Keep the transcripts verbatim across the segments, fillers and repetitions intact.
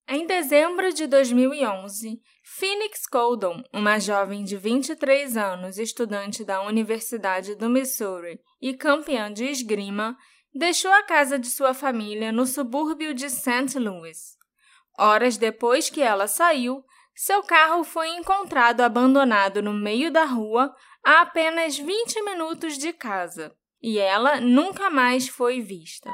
Em dezembro de dois mil e onze, Phoenix Coldon, uma jovem de vinte e três anos, estudante da Universidade do Missouri e campeã de esgrima, deixou a casa de sua família no subúrbio de Saint Louis. Horas depois que ela saiu, seu carro foi encontrado abandonado no meio da rua a apenas vinte minutos de casa, e ela nunca mais foi vista.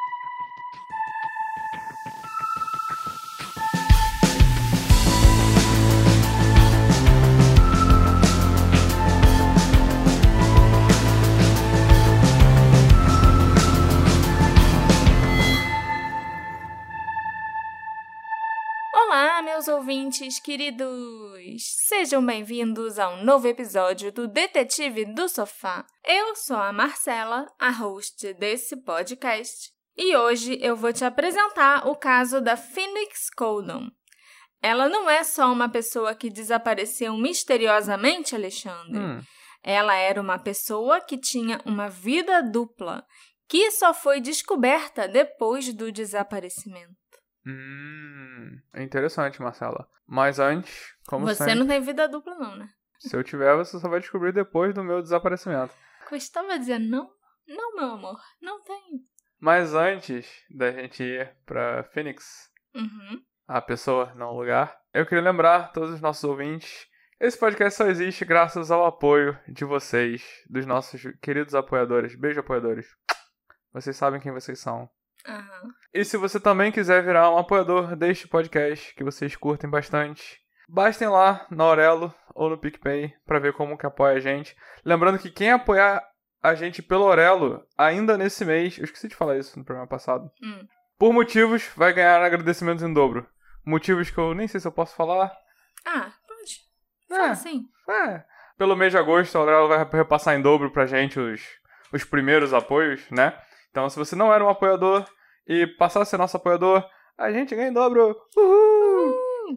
Olá, meus ouvintes queridos! Sejam bem-vindos a um novo episódio do Detetive do Sofá. Eu sou a Marcela, a host desse podcast, e hoje eu vou te apresentar o caso da Phoenix Coldon. Ela não é só uma pessoa que desapareceu misteriosamente, Alexandre. Hum. Ela era uma pessoa que tinha uma vida dupla, que só foi descoberta depois do desaparecimento. Hum, é interessante, Marcela. Mas antes, como Você sempre, não tem vida dupla não, né? se eu tiver, você só vai descobrir depois do meu desaparecimento. Costuma dizer não? Não, meu amor, não tenho. Mas antes da gente ir pra Phoenix, Uhum. a pessoa, não o lugar, eu queria lembrar todos os nossos ouvintes, esse podcast só existe graças ao apoio de vocês, dos nossos queridos apoiadores. Beijo, apoiadores. Vocês sabem quem vocês são. Uhum. E se você também quiser virar um apoiador deste podcast, que vocês curtem bastante, bastem lá na Aurelo ou no PicPay para ver como que apoia a gente. Lembrando que quem apoiar a gente pelo Aurelo, ainda nesse mês, eu esqueci de falar isso no programa passado, Hum. por motivos, vai ganhar agradecimentos em dobro. Motivos que eu nem sei se eu posso falar. Ah, pode. Fala É. sim. É. Pelo mês de agosto, a Aurelo vai repassar em dobro pra gente os, os primeiros apoios, né? Então, se você não era um apoiador e passar a ser nosso apoiador, a gente ganha em dobro. Uhul! Uhul!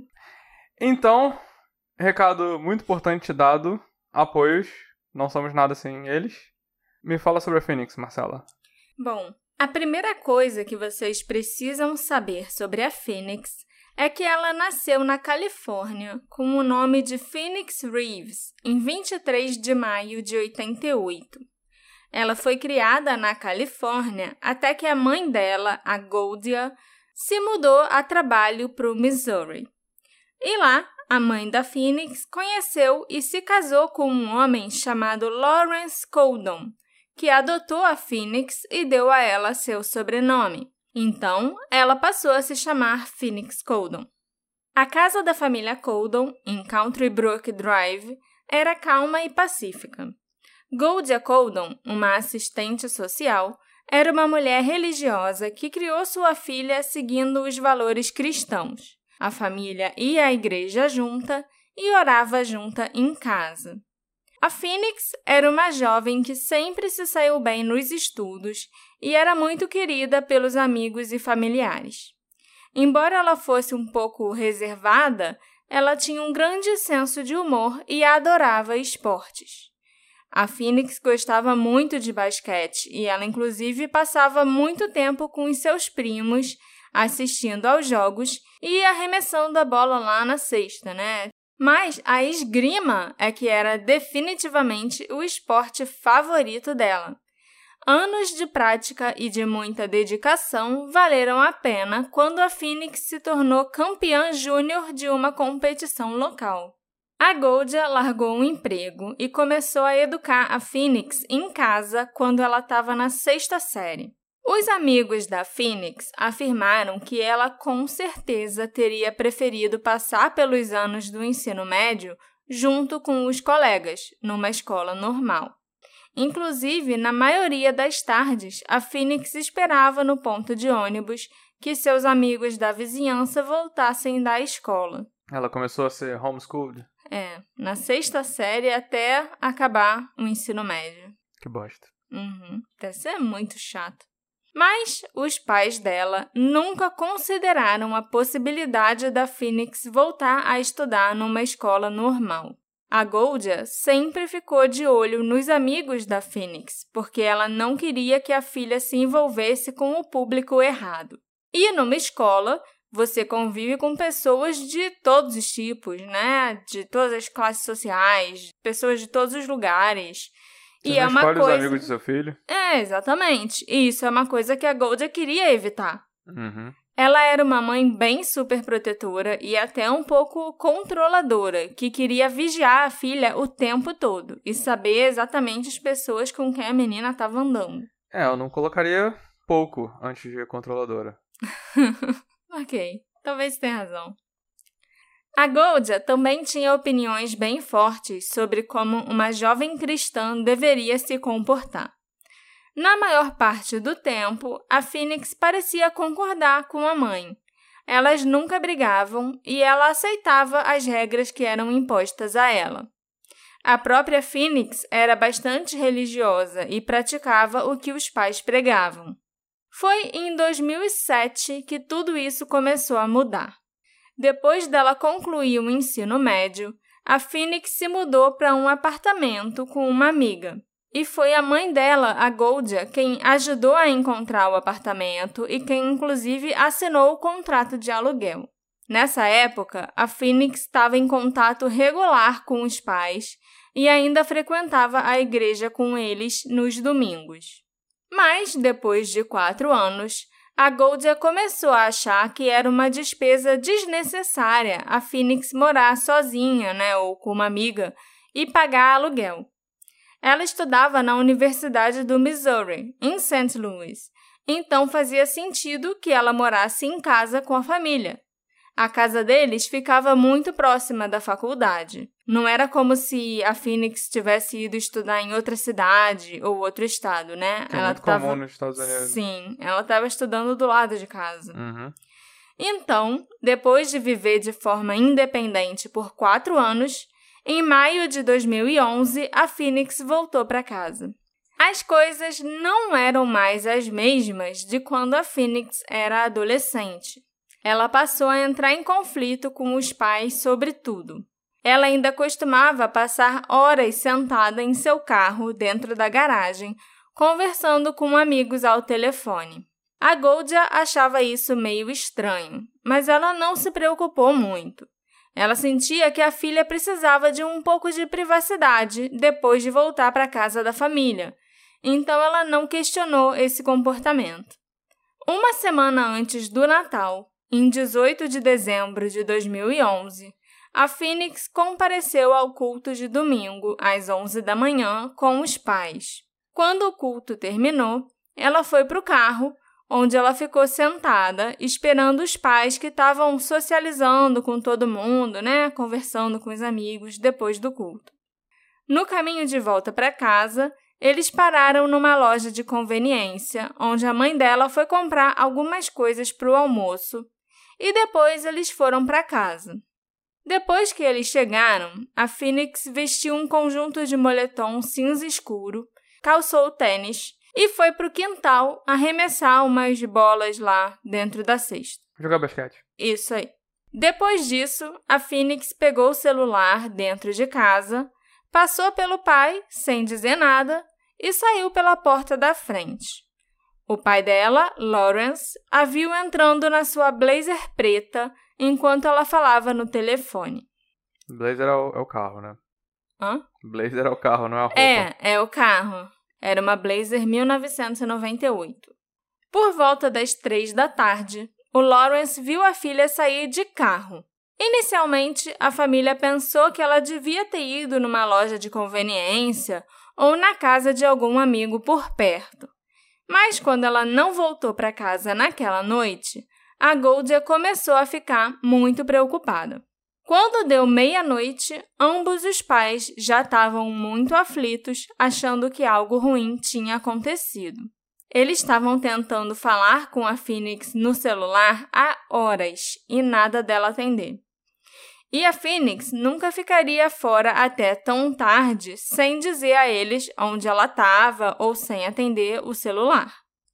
Então, recado muito importante dado. Apoios. Não somos nada sem eles. Me fala sobre a Phoenix, Marcela. Bom, a primeira coisa que vocês precisam saber sobre a Phoenix é que ela nasceu na Califórnia com o nome de Phoenix Reeves em vinte e três de maio de oitenta e oito. Ela foi criada na Califórnia até que a mãe dela, a Goldia, se mudou a trabalho para o Missouri. E lá, a mãe da Phoenix conheceu e se casou com um homem chamado Lawrence Coldon, que adotou a Phoenix e deu a ela seu sobrenome. Então, ela passou a se chamar Phoenix Coldon. A casa da família Coldon, em Country Brook Drive, era calma e pacífica. Goldia Coldon, uma assistente social, era uma mulher religiosa que criou sua filha seguindo os valores cristãos. A família ia à igreja junta e orava junta em casa. A Phoenix era uma jovem que sempre se saiu bem nos estudos e era muito querida pelos amigos e familiares. Embora ela fosse um pouco reservada, ela tinha um grande senso de humor e adorava esportes. A Phoenix gostava muito de basquete e ela, inclusive, passava muito tempo com os seus primos, assistindo aos jogos e arremessando a bola lá na cesta, né? Mas a esgrima é que era definitivamente o esporte favorito dela. Anos de prática e de muita dedicação valeram a pena quando a Phoenix se tornou campeã júnior de uma competição local. A Goldia largou um emprego e começou a educar a Phoenix em casa quando ela estava na sexta série. Os amigos da Phoenix afirmaram que ela com certeza teria preferido passar pelos anos do ensino médio junto com os colegas, numa escola normal. Inclusive, na maioria das tardes, a Phoenix esperava no ponto de ônibus que seus amigos da vizinhança voltassem da escola. Ela começou a ser homeschooled? É, na sexta série até acabar o ensino médio. Que bosta. Uhum, deve ser muito chato. Mas os pais dela nunca consideraram a possibilidade da Phoenix voltar a estudar numa escola normal. A Goldia sempre ficou de olho nos amigos da Phoenix, porque ela não queria que a filha se envolvesse com o público errado. E numa escola, você convive com pessoas de todos os tipos, né? De todas as classes sociais, pessoas de todos os lugares. Você e não é uma escolhe coisa... os amigos do seu filho? É, exatamente. E isso é uma coisa que a Goldia queria evitar. Uhum. Ela era uma mãe bem super protetora e até um pouco controladora, que queria vigiar a filha o tempo todo e saber exatamente as pessoas com quem a menina estava andando. É, eu não colocaria pouco antes de controladora. Ok, talvez tenha razão. A Goldia também tinha opiniões bem fortes sobre como uma jovem cristã deveria se comportar. Na maior parte do tempo, a Phoenix parecia concordar com a mãe. Elas nunca brigavam e ela aceitava as regras que eram impostas a ela. A própria Phoenix era bastante religiosa e praticava o que os pais pregavam. Foi em dois mil e sete que tudo isso começou a mudar. Depois dela concluir o ensino médio, a Phoenix se mudou para um apartamento com uma amiga. E foi a mãe dela, a Goldia, quem ajudou a encontrar o apartamento e quem, inclusive, assinou o contrato de aluguel. Nessa época, a Phoenix estava em contato regular com os pais e ainda frequentava a igreja com eles nos domingos. Mas, depois de quatro anos, a Goldia começou a achar que era uma despesa desnecessária a Phoenix morar sozinha, né, ou com uma amiga, e pagar aluguel. Ela estudava na Universidade do Missouri, em Saint Louis, então fazia sentido que ela morasse em casa com a família. A casa deles ficava muito próxima da faculdade. Não era como se a Phoenix tivesse ido estudar em outra cidade ou outro estado, né? Que é ela muito tava... comum nos Estados Unidos. Sim, ela estava estudando do lado de casa. Uhum. Então, depois de viver de forma independente por quatro anos, em maio de dois mil e onze, a Phoenix voltou para casa. As coisas não eram mais as mesmas de quando a Phoenix era adolescente. Ela passou a entrar em conflito com os pais sobre tudo. Ela ainda costumava passar horas sentada em seu carro dentro da garagem, conversando com amigos ao telefone. A Goldia achava isso meio estranho, mas ela não se preocupou muito. Ela sentia que a filha precisava de um pouco de privacidade depois de voltar para a casa da família, então ela não questionou esse comportamento. Uma semana antes do Natal, em dezoito de dezembro de dois mil e onze, a Phoenix compareceu ao culto de domingo, às onze da manhã, com os pais. Quando o culto terminou, ela foi para o carro, onde ela ficou sentada, esperando os pais que estavam socializando com todo mundo, né, conversando com os amigos depois do culto. No caminho de volta para casa, eles pararam numa loja de conveniência, onde a mãe dela foi comprar algumas coisas para o almoço, e depois eles foram para casa. Depois que eles chegaram, a Phoenix vestiu um conjunto de moletom cinza escuro, calçou tênis, e foi para o quintal arremessar umas bolas lá dentro da cesta. Jogar basquete. Isso aí. Depois disso, a Phoenix pegou o celular dentro de casa, passou pelo pai, sem dizer nada, e saiu pela porta da frente. O pai dela, Lawrence, a viu entrando na sua blazer preta enquanto ela falava no telefone. Blazer é o, é o carro, né? Hã? Blazer é o carro, não é a roupa. É, é o carro. Era uma Blazer mil novecentos e noventa e oito. Por volta das três da tarde, o Lawrence viu a filha sair de carro. Inicialmente, a família pensou que ela devia ter ido numa loja de conveniência ou na casa de algum amigo por perto. Mas quando ela não voltou para casa naquela noite, a Goldia começou a ficar muito preocupada. Quando deu meia-noite, ambos os pais já estavam muito aflitos, achando que algo ruim tinha acontecido. Eles estavam tentando falar com a Phoenix no celular há horas e nada dela atender. E a Phoenix nunca ficaria fora até tão tarde sem dizer a eles onde ela estava ou sem atender o celular.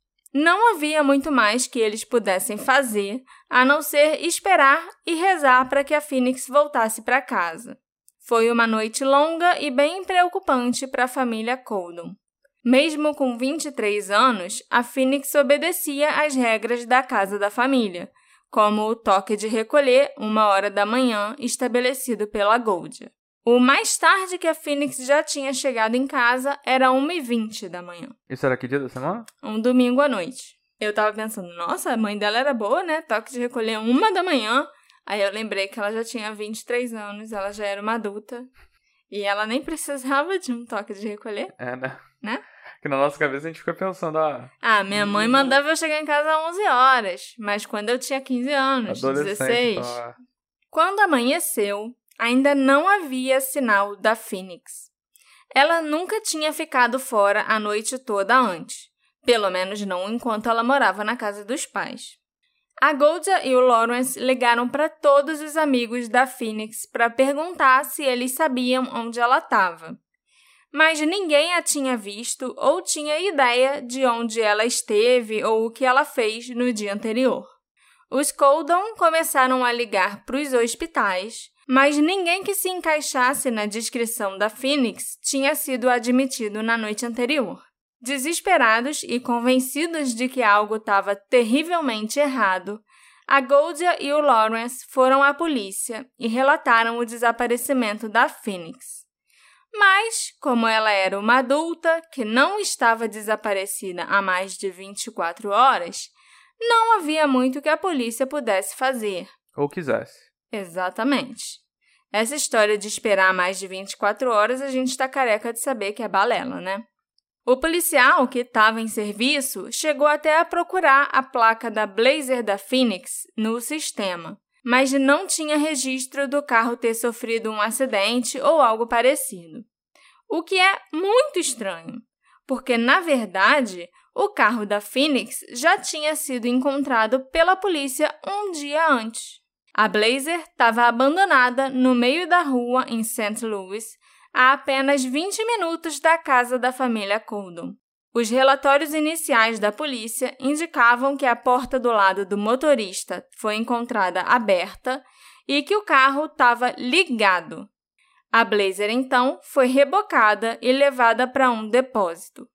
Não havia muito mais que eles pudessem fazer, a não ser esperar e rezar para que a Phoenix voltasse para casa. Foi uma noite longa e bem preocupante para a família Colden. Mesmo com vinte e três anos, a Phoenix obedecia às regras da casa da família, como o toque de recolher uma hora da manhã estabelecido pela Goldia. O mais tarde que a Phoenix já tinha chegado em casa era uma e vinte da manhã. Isso era que dia da semana? Um domingo à noite. Eu tava pensando, nossa, a mãe dela era boa, né? Toque de recolher uma da manhã. Aí eu lembrei que ela já tinha vinte e três anos, ela já era uma adulta. E ela nem precisava de um toque de recolher. É, né? Né? Que na nossa cabeça a gente fica pensando, ah... Ah, minha mãe mandava eu chegar em casa às onze horas. Mas quando eu tinha quinze anos, dezesseis... Então, é. Quando amanheceu, ainda não havia sinal da Phoenix. Ela nunca tinha ficado fora a noite toda antes. Pelo menos não enquanto ela morava na casa dos pais. A Goldia e o Lawrence ligaram para todos os amigos da Phoenix para perguntar se eles sabiam onde ela estava. Mas ninguém a tinha visto ou tinha ideia de onde ela esteve ou o que ela fez no dia anterior. Os Coldon começaram a ligar para os hospitais, mas ninguém que se encaixasse na descrição da Phoenix tinha sido admitido na noite anterior. Desesperados e convencidos de que algo estava terrivelmente errado, a Goldia e o Lawrence foram à polícia e relataram o desaparecimento da Phoenix. Mas, como ela era uma adulta que não estava desaparecida há mais de vinte e quatro horas, não havia muito que a polícia pudesse fazer. Ou quisesse. Exatamente. Essa história de esperar mais de vinte e quatro horas, a gente está careca de saber que é balela, né? O policial que estava em serviço chegou até a procurar a placa da Blazer da Phoenix no sistema, mas não tinha registro do carro ter sofrido um acidente ou algo parecido. O que é muito estranho, porque, na verdade, o carro da Phoenix já tinha sido encontrado pela polícia um dia antes. A Blazer estava abandonada no meio da rua em Saint Louis, a apenas vinte minutos da casa da família Coldon. Os relatórios iniciais da polícia indicavam que a porta do lado do motorista foi encontrada aberta e que o carro estava ligado. A Blazer, então, foi rebocada e levada para um depósito.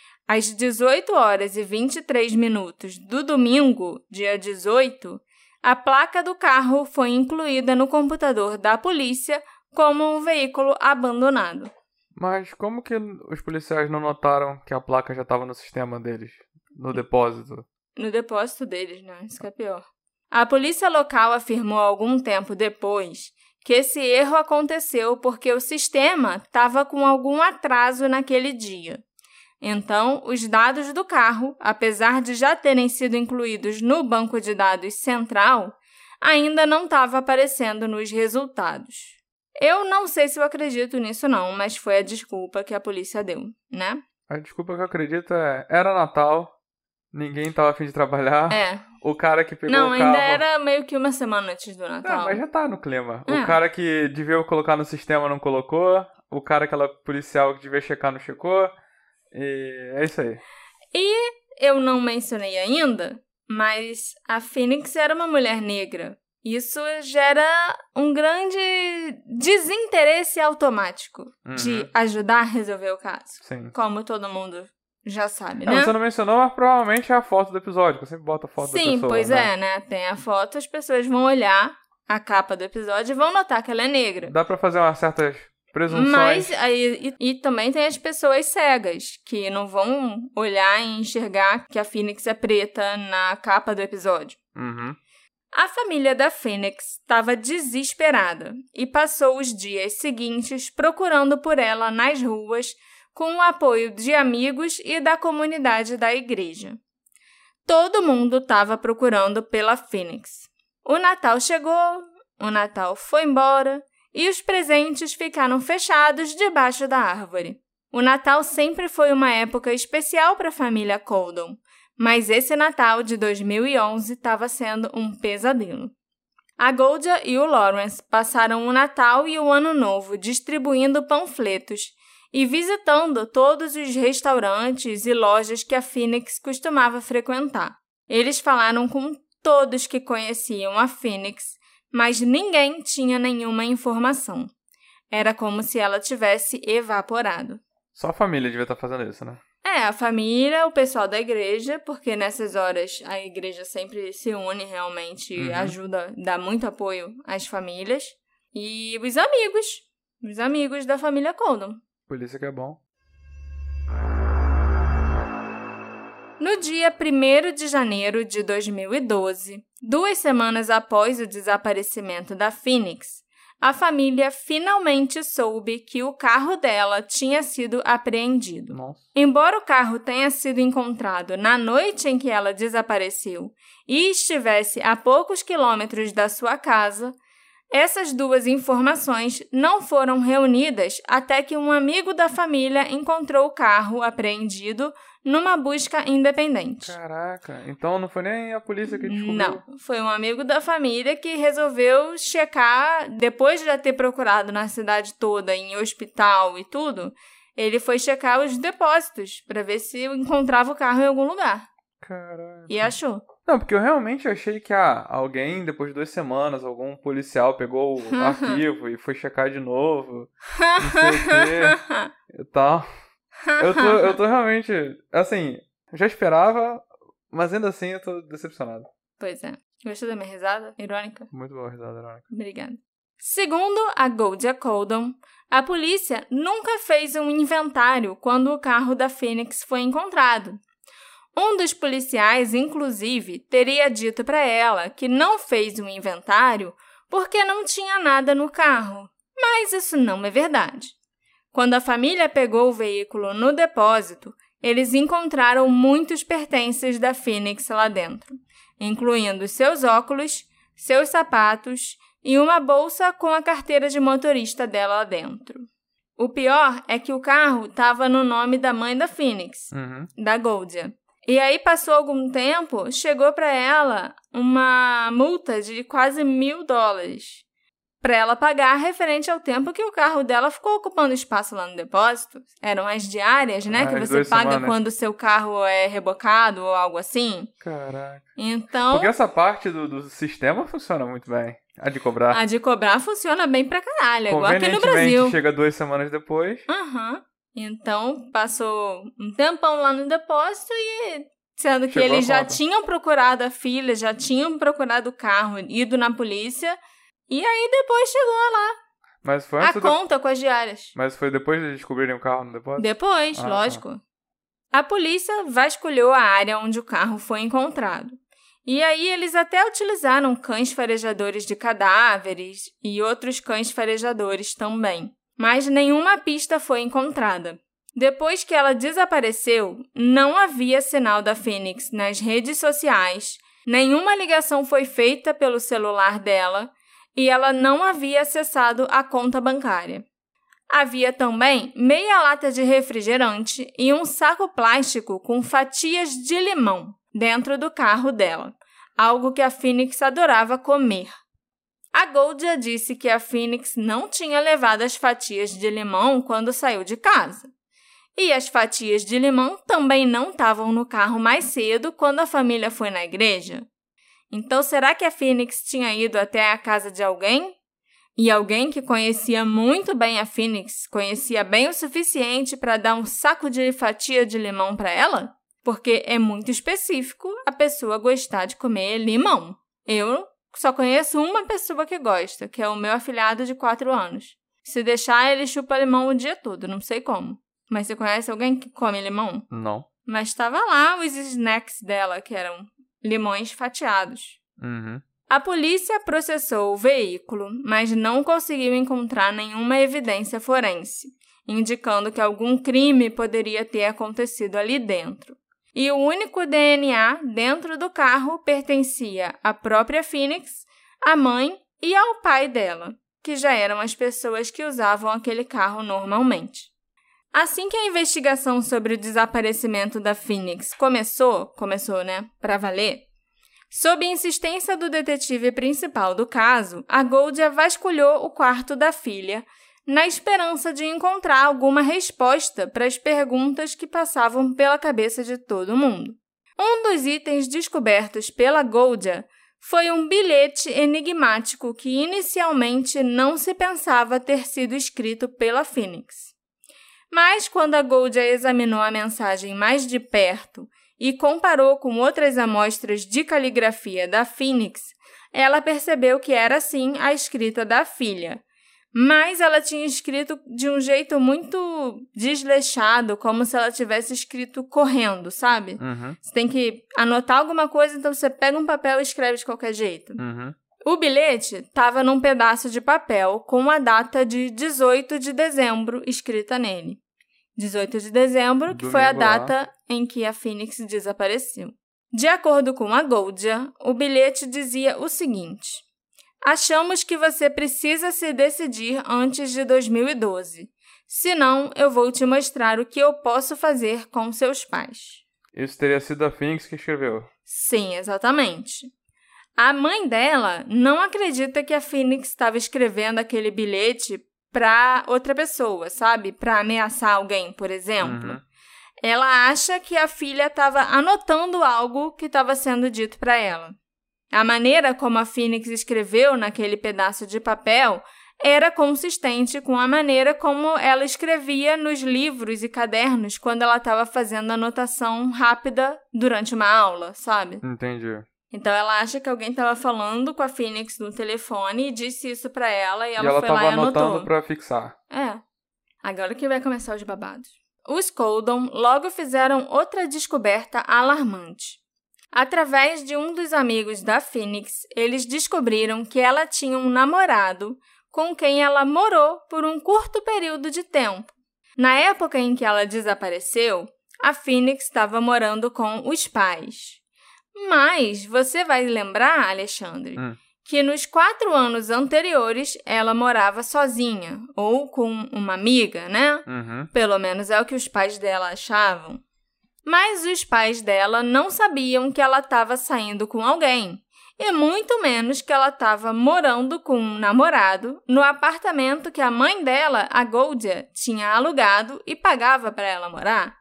Às dezoito horas e vinte e três minutos do domingo, dia dezoito, a placa do carro foi incluída no computador da polícia como um veículo abandonado. Mas como que os policiais não notaram que a placa já estava no sistema deles, no depósito? No depósito deles, né? Isso que é pior. A polícia local afirmou algum tempo depois que esse erro aconteceu porque o sistema estava com algum atraso naquele dia. Então, os dados do carro, apesar de já terem sido incluídos no banco de dados central, ainda não estava aparecendo nos resultados. Eu não sei se eu acredito nisso não, mas foi a desculpa que a polícia deu, né? A desculpa que eu acredito é, era Natal, ninguém tava a fim de trabalhar. É. O cara que pegou não, o carro... Não, ainda era meio que uma semana antes do Natal. Não, mas já tá no clima. É. O cara que devia colocar no sistema não colocou, o cara, aquela policial que devia checar não checou, e é isso aí. E eu não mencionei ainda, mas a Phoenix era uma mulher negra. Isso gera um grande desinteresse automático uhum. de ajudar a resolver o caso. Sim. Como todo mundo já sabe, é, né? Você não mencionou, mas provavelmente é a foto do episódio, que eu sempre boto a foto Sim, da pessoa. Sim, pois né? é, né? Tem a foto, as pessoas vão olhar a capa do episódio e vão notar que ela é negra. Dá pra fazer umas certas presunções. Mas, aí, e, e também tem as pessoas cegas, que não vão olhar e enxergar que a Phoenix é preta na capa do episódio. Uhum. A família da Phoenix estava desesperada e passou os dias seguintes procurando por ela nas ruas com o apoio de amigos e da comunidade da igreja. Todo mundo estava procurando pela Phoenix. O Natal chegou, o Natal foi embora e os presentes ficaram fechados debaixo da árvore. O Natal sempre foi uma época especial para a família Coldon, mas esse Natal de dois mil e onze estava sendo um pesadelo. A Goldia e o Lawrence passaram o Natal e o Ano Novo distribuindo panfletos e visitando todos os restaurantes e lojas que a Phoenix costumava frequentar. Eles falaram com todos que conheciam a Phoenix, mas ninguém tinha nenhuma informação. Era como se ela tivesse evaporado. Só a família devia estar fazendo isso, né? É, a família, o pessoal da igreja, porque nessas horas a igreja sempre se une realmente e Uhum. ajuda, dá muito apoio às famílias. E os amigos, os amigos da família Coldon. Polícia que é bom. No dia primeiro de janeiro de dois mil e doze, duas semanas após o desaparecimento da Phoenix, a família finalmente soube que o carro dela tinha sido apreendido. Nossa. Embora o carro tenha sido encontrado na noite em que ela desapareceu e estivesse a poucos quilômetros da sua casa, essas duas informações não foram reunidas até que um amigo da família encontrou o carro apreendido numa busca independente. Caraca, então não foi nem a polícia que descobriu? Não, foi um amigo da família que resolveu checar, depois de já ter procurado na cidade toda, em hospital e tudo, ele foi checar os depósitos para ver se encontrava o carro em algum lugar. Caraca. E achou. Não, porque eu realmente achei que ah, alguém, depois de duas semanas, algum policial pegou o arquivo e foi checar de novo, não sei o quê e tal. Eu tô, eu tô realmente, assim, já esperava, mas ainda assim eu tô decepcionado. Pois é. Gostou da minha risada? Irônica? Muito boa risada, irônica. Obrigada. Segundo a Goldia Coldon, a polícia nunca fez um inventário quando o carro da Phoenix foi encontrado. Um dos policiais, inclusive, teria dito para ela que não fez um inventário porque não tinha nada no carro. Mas isso não é verdade. Quando a família pegou o veículo no depósito, eles encontraram muitos pertences da Phoenix lá dentro, incluindo seus óculos, seus sapatos e uma bolsa com a carteira de motorista dela lá dentro. O pior é que o carro estava no nome da mãe da Phoenix, Uhum. da Goldia. E aí, passou algum tempo, chegou para ela uma multa de quase mil dólares para ela pagar referente ao tempo que o carro dela ficou ocupando espaço lá no depósito. Eram as diárias, né? Ah, que as você duas paga semanas. quando o seu carro é rebocado ou algo assim. Caraca. Então, Porque essa parte do, do sistema funciona muito bem. A de cobrar. a de cobrar funciona bem pra caralho, igual aqui no Convenientemente, Brasil. chega duas semanas depois. Aham. Então, passou um tempão lá no depósito e... Sendo que Chegou eles a já conta. tinham procurado a filha, já tinham procurado o carro, ido na polícia. E aí, depois chegou lá Mas foi a antes do... conta com as diárias. Mas foi depois de descobrirem o carro no depósito? Depois, Ah, lógico. A polícia vasculhou a área onde o carro foi encontrado. E aí, eles até utilizaram cães farejadores de cadáveres e outros cães farejadores também. Mas nenhuma pista foi encontrada. Depois que ela desapareceu, não havia sinal da Phoenix nas redes sociais, nenhuma ligação foi feita pelo celular dela e ela não havia acessado a conta bancária. Havia também meia lata de refrigerante e um saco plástico com fatias de limão dentro do carro dela, algo que a Phoenix adorava comer. A Goldia disse que a Phoenix não tinha levado as fatias de limão quando saiu de casa. E as fatias de limão também não estavam no carro mais cedo quando a família foi na igreja. Então, será que a Phoenix tinha ido até a casa de alguém? E alguém que conhecia muito bem a Phoenix, conhecia bem o suficiente para dar um saco de fatia de limão para ela? Porque é muito específico a pessoa gostar de comer limão. Eu só conheço uma pessoa que gosta, que é o meu afilhado de quatro anos. Se deixar, ele chupa limão o dia todo, não sei como. Mas você conhece alguém que come limão? Não. Mas estava lá os snacks dela, que eram limões fatiados. Uhum. A polícia processou o veículo, mas não conseguiu encontrar nenhuma evidência forense, indicando que algum crime poderia ter acontecido ali dentro. E o único D N A dentro do carro pertencia à própria Phoenix, à mãe e ao pai dela, que já eram as pessoas que usavam aquele carro normalmente. Assim que a investigação sobre o desaparecimento da Phoenix começou, começou, né, para valer, sob insistência do detetive principal do caso, a Goldia vasculhou o quarto da filha, na esperança de encontrar alguma resposta para as perguntas que passavam pela cabeça de todo mundo. Um dos itens descobertos pela Goldia foi um bilhete enigmático que inicialmente não se pensava ter sido escrito pela Phoenix. Mas quando a Goldia examinou a mensagem mais de perto e comparou com outras amostras de caligrafia da Phoenix, ela percebeu que era sim a escrita da filha. Mas ela tinha escrito de um jeito muito desleixado, como se ela tivesse escrito correndo, sabe? Uhum. Você tem que anotar alguma coisa, então você pega um papel e escreve de qualquer jeito. Uhum. O bilhete estava num pedaço de papel com a data de dezoito de dezembro escrita nele. dezoito de dezembro, que foi a data em que a Phoenix desapareceu. De acordo com a Goldia, o bilhete dizia o seguinte: achamos que você precisa se decidir antes de dois mil e doze. Senão, eu vou te mostrar o que eu posso fazer com seus pais. Isso teria sido a Phoenix que escreveu. Sim, exatamente. A mãe dela não acredita que a Phoenix estava escrevendo aquele bilhete para outra pessoa, sabe? Para ameaçar alguém, por exemplo. Uhum. Ela acha que a filha estava anotando algo que estava sendo dito para ela. A maneira como a Phoenix escreveu naquele pedaço de papel era consistente com a maneira como ela escrevia nos livros e cadernos quando ela estava fazendo anotação rápida durante uma aula, sabe? Entendi. Então ela acha que alguém estava falando com a Phoenix no telefone e disse isso para ela e ela, e ela foi lá e anotou. E ela estava anotando para fixar. É. Agora que vai começar os babados. Os Coldon logo fizeram outra descoberta alarmante. Através de um dos amigos da Phoenix, eles descobriram que ela tinha um namorado com quem ela morou por um curto período de tempo. Na época em que ela desapareceu, a Phoenix estava morando com os pais. Mas você vai lembrar, Alexandre, hum. que nos quatro anos anteriores ela morava sozinha, ou com uma amiga, né? Uhum. Pelo menos é o que os pais dela achavam. Mas os pais dela não sabiam que ela estava saindo com alguém, e muito menos que ela estava morando com um namorado no apartamento que a mãe dela, a Goldia, tinha alugado e pagava para ela morar.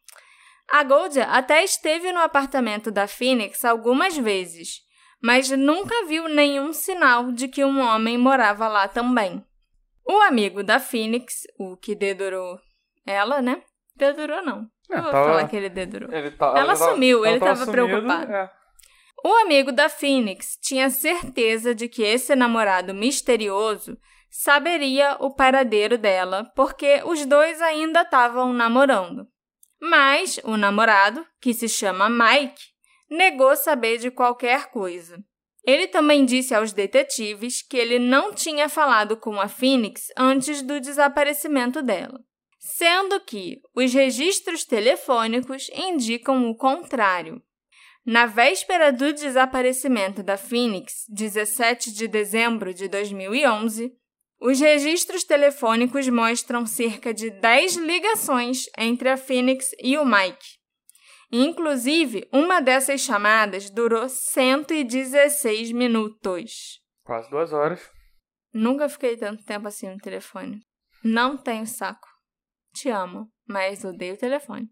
A Goldia até esteve no apartamento da Phoenix algumas vezes, mas nunca viu nenhum sinal de que um homem morava lá também. O amigo da Phoenix, o que dedurou ela, né? Dedurou não. É, Eu vou tava... falar que ele dedurou. Ele tá... Ela, ela sumiu, ela ele estava sumido, preocupado. É. O amigo da Phoenix tinha certeza de que esse namorado misterioso saberia o paradeiro dela, porque os dois ainda estavam namorando. Mas o namorado, que se chama Mike, negou saber de qualquer coisa. Ele também disse aos detetives que ele não tinha falado com a Phoenix antes do desaparecimento dela, sendo que os registros telefônicos indicam o contrário. Na véspera do desaparecimento da Phoenix, dezessete de dezembro de dois mil e onze, os registros telefônicos mostram cerca de dez ligações entre a Phoenix e o Mike. Inclusive, uma dessas chamadas durou cento e dezesseis minutos. Quase duas horas. Nunca fiquei tanto tempo assim no telefone. Não tenho saco. Te amo, mas odeio o telefone.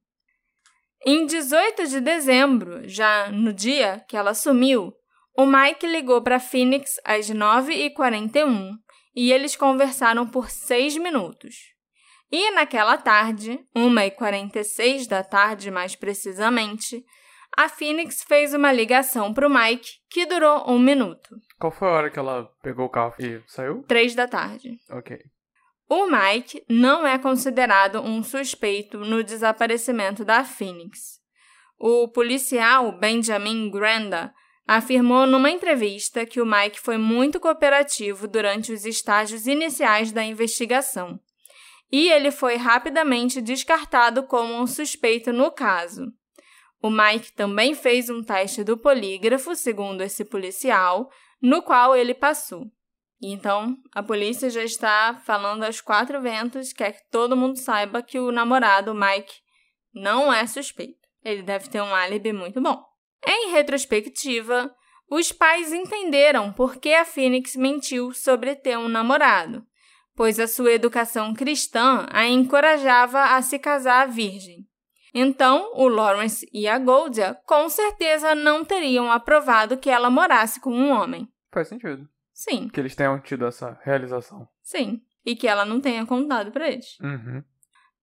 Em dezoito de dezembro, já no dia que ela sumiu, o Mike ligou para a Phoenix às nove e quarenta e um e eles conversaram por seis minutos. E naquela tarde, uma e quarenta e seis da tarde mais precisamente, a Phoenix fez uma ligação para o Mike que durou um minuto. Qual foi a hora que ela pegou o carro e saiu? Três da tarde. Ok. O Mike não é considerado um suspeito no desaparecimento da Phoenix. O policial Benjamin Granda afirmou numa entrevista que o Mike foi muito cooperativo durante os estágios iniciais da investigação, e ele foi rapidamente descartado como um suspeito no caso. O Mike também fez um teste do polígrafo, segundo esse policial, no qual ele passou. Então, a polícia já está falando aos quatro ventos, quer que todo mundo saiba que o namorado, o Mike, não é suspeito. Ele deve ter um álibi muito bom. Em retrospectiva, os pais entenderam por que a Phoenix mentiu sobre ter um namorado, pois a sua educação cristã a encorajava a se casar virgem. Então, o Lawrence e a Goldia com certeza não teriam aprovado que ela morasse com um homem. Faz sentido. Sim. Que eles tenham tido essa realização. Sim. E que ela não tenha contado pra eles. Uhum.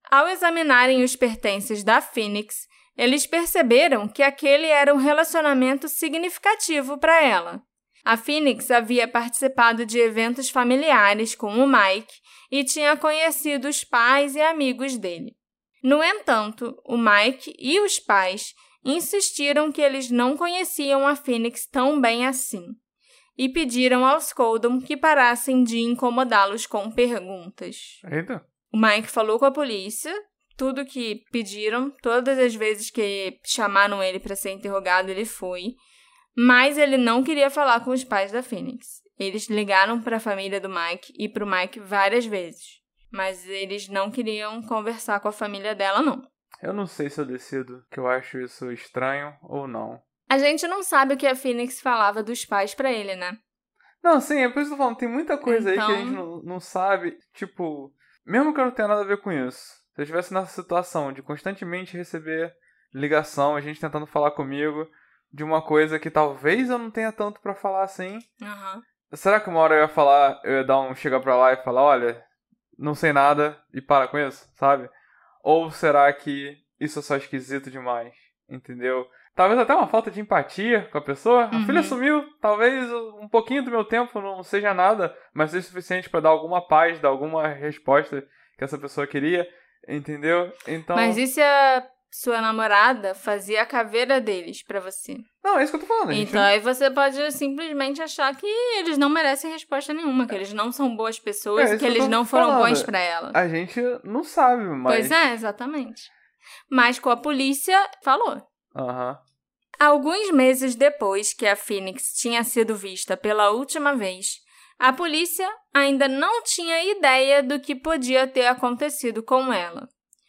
Ao examinarem os pertences da Phoenix, eles perceberam que aquele era um relacionamento significativo para ela. A Phoenix havia participado de eventos familiares com o Mike e tinha conhecido os pais e amigos dele. No entanto, o Mike e os pais insistiram que eles não conheciam a Phoenix tão bem assim e pediram aos Colden que parassem de incomodá-los com perguntas. Eita. O Mike falou com a polícia tudo que pediram, todas as vezes que chamaram ele para ser interrogado, ele foi, mas ele não queria falar com os pais da Phoenix. Eles ligaram para a família do Mike e para o Mike várias vezes, mas eles não queriam conversar com a família dela, não. Eu não sei se eu decido que eu acho isso estranho ou não. A gente não sabe o que a Phoenix falava dos pais pra ele, né? Não, sim, é por isso que eu tô falando. Tem muita coisa então... aí que a gente não, não sabe. Tipo, mesmo que eu não tenha nada a ver com isso. Se eu estivesse nessa situação de constantemente receber ligação, a gente tentando falar comigo de uma coisa que talvez eu não tenha tanto pra falar assim. Uhum. Será que uma hora eu ia falar, eu ia dar um chegar pra lá e falar, olha, não sei nada e para com isso, sabe? Ou será que isso é só esquisito demais, entendeu? Talvez até uma falta de empatia com a pessoa. Uhum. A filha sumiu, talvez um pouquinho do meu tempo não seja nada, mas seja suficiente pra dar alguma paz, dar alguma resposta que essa pessoa queria, entendeu? Então... Mas e se a sua namorada fazia a caveira deles pra você? Não, é isso que eu tô falando. Gente. Então aí você pode simplesmente achar que eles não merecem resposta nenhuma, que eles não são boas pessoas, é, que eles não foram falando. bons pra ela. A gente não sabe, mas... Pois é, exatamente. Mas com a polícia, falou. Aham. Uhum. Alguns meses depois que a Phoenix tinha sido vista pela última vez, a polícia ainda não tinha ideia do que podia ter acontecido com ela.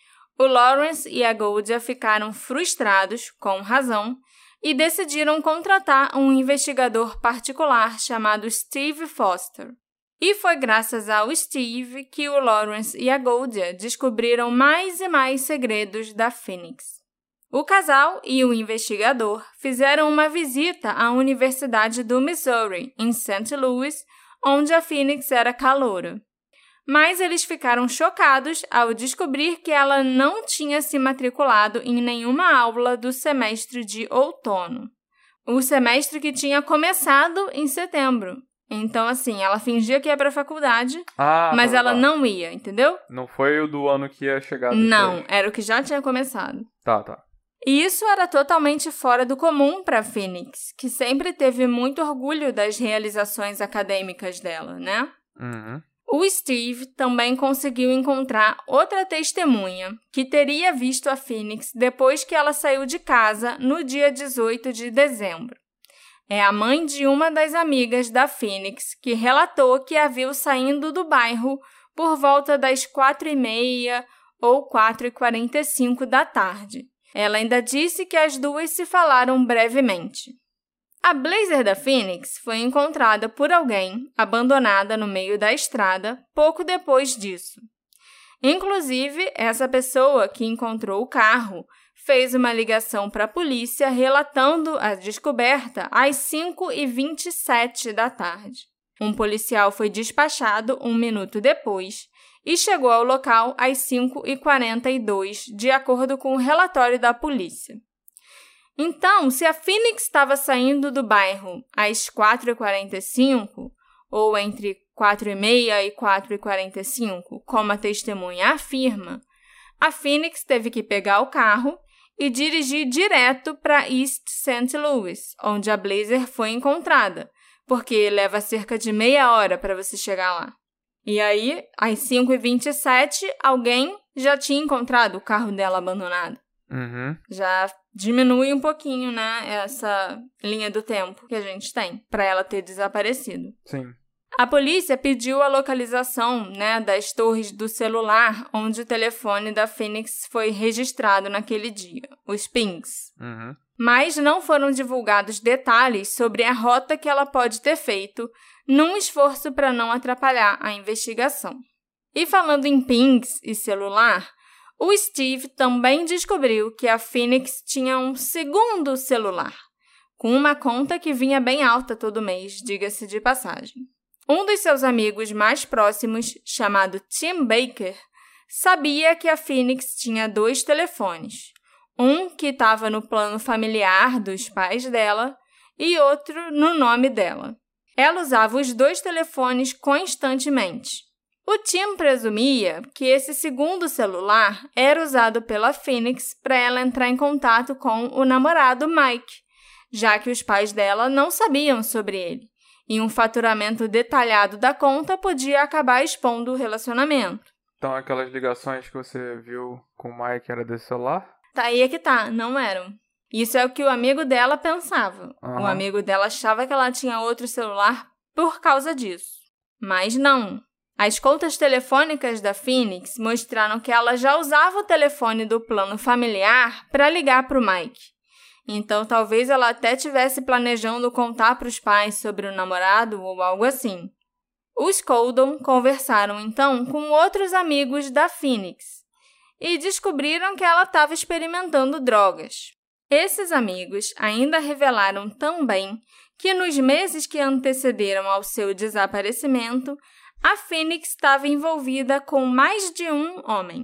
O Lawrence e a Goldia ficaram frustrados, com razão, e decidiram contratar um investigador particular chamado Steve Foster. E foi graças ao Steve que o Lawrence e a Goldia descobriram mais e mais segredos da Phoenix. O casal e o investigador fizeram uma visita à Universidade do Missouri, em Saint Louis, onde a Phoenix era caloura. Mas eles ficaram chocados ao descobrir que ela não tinha se matriculado em nenhuma aula do semestre de outono. O semestre que tinha começado em setembro. Então, assim, ela fingia que ia para a faculdade, ah, mas tá, ela tá. não ia, entendeu? Não foi o do ano que ia chegar depois. Não, era o que já tinha começado. Tá, tá. E isso era totalmente fora do comum para a Phoenix, que sempre teve muito orgulho das realizações acadêmicas dela, né? Uhum. O Steve também conseguiu encontrar outra testemunha que teria visto a Phoenix depois que ela saiu de casa no dia dezoito de dezembro. É a mãe de uma das amigas da Phoenix que relatou que a viu saindo do bairro por volta das quatro e meia ou quatro e quarenta e cinco da tarde. Ela ainda disse que as duas se falaram brevemente. A Blazer da Phoenix foi encontrada por alguém, abandonada no meio da estrada, pouco depois disso. Inclusive, essa pessoa que encontrou o carro fez uma ligação para a polícia relatando a descoberta às cinco e vinte e sete da tarde. Um policial foi despachado um minuto depois e chegou ao local às cinco e quarenta e dois, de acordo com o relatório da polícia. Então, se a Phoenix estava saindo do bairro às quatro e quarenta e cinco, ou entre quatro e meia e quatro e quarenta e cinco, como a testemunha afirma, a Phoenix teve que pegar o carro e dirigir direto para East Saint Louis, onde a Blazer foi encontrada, porque leva cerca de meia hora para você chegar lá. E aí, às cinco e vinte e sete, alguém já tinha encontrado o carro dela abandonado. Uhum. Já diminui um pouquinho, né, essa linha do tempo que a gente tem para ela ter desaparecido. Sim. A polícia pediu a localização, né, das torres do celular onde o telefone da Phoenix foi registrado naquele dia, os pings. Uhum. Mas não foram divulgados detalhes sobre a rota que ela pode ter feito, num esforço para não atrapalhar a investigação. E falando em pings e celular, o Steve também descobriu que a Phoenix tinha um segundo celular, com uma conta que vinha bem alta todo mês, diga-se de passagem. Um dos seus amigos mais próximos, chamado Tim Baker, sabia que a Phoenix tinha dois telefones. Um que estava no plano familiar dos pais dela e outro no nome dela. Ela usava os dois telefones constantemente. O Tim presumia que esse segundo celular era usado pela Phoenix para ela entrar em contato com o namorado Mike, já que os pais dela não sabiam sobre ele, e um faturamento detalhado da conta podia acabar expondo o relacionamento. Então aquelas ligações que você viu com o Mike era desse celular? Tá aí é que tá, não eram. Isso é o que o amigo dela pensava. Uhum. O amigo dela achava que ela tinha outro celular por causa disso. Mas não. As contas telefônicas da Phoenix mostraram que ela já usava o telefone do plano familiar para ligar para o Mike. Então, talvez ela até estivesse planejando contar para os pais sobre o namorado ou algo assim. Os Coldon conversaram, então, com outros amigos da Phoenix e descobriram que ela estava experimentando drogas. Esses amigos ainda revelaram também que nos meses que antecederam ao seu desaparecimento, a Phoenix estava envolvida com mais de um homem.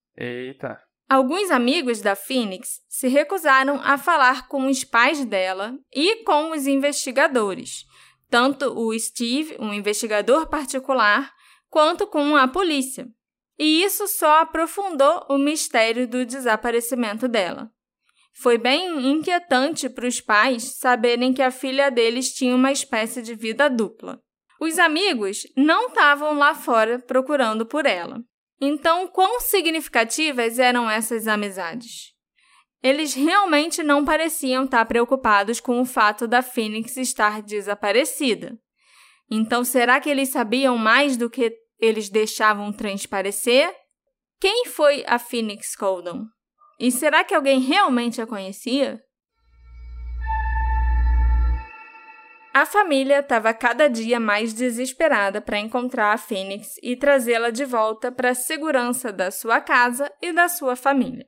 Eita! Alguns amigos da Phoenix se recusaram a falar com os pais dela e com os investigadores, tanto o Steve, um investigador particular, quanto com a polícia. E isso só aprofundou o mistério do desaparecimento dela. Foi bem inquietante para os pais saberem que a filha deles tinha uma espécie de vida dupla. Os amigos não estavam lá fora procurando por ela. Então, quão significativas eram essas amizades? Eles realmente não pareciam estar preocupados com o fato da Phoenix estar desaparecida. Então, será que eles sabiam mais do que eles deixavam transparecer? Quem foi a Phoenix Coldon? E será que alguém realmente a conhecia? A família estava cada dia mais desesperada para encontrar a Phoenix e trazê-la de volta para a segurança da sua casa e da sua família.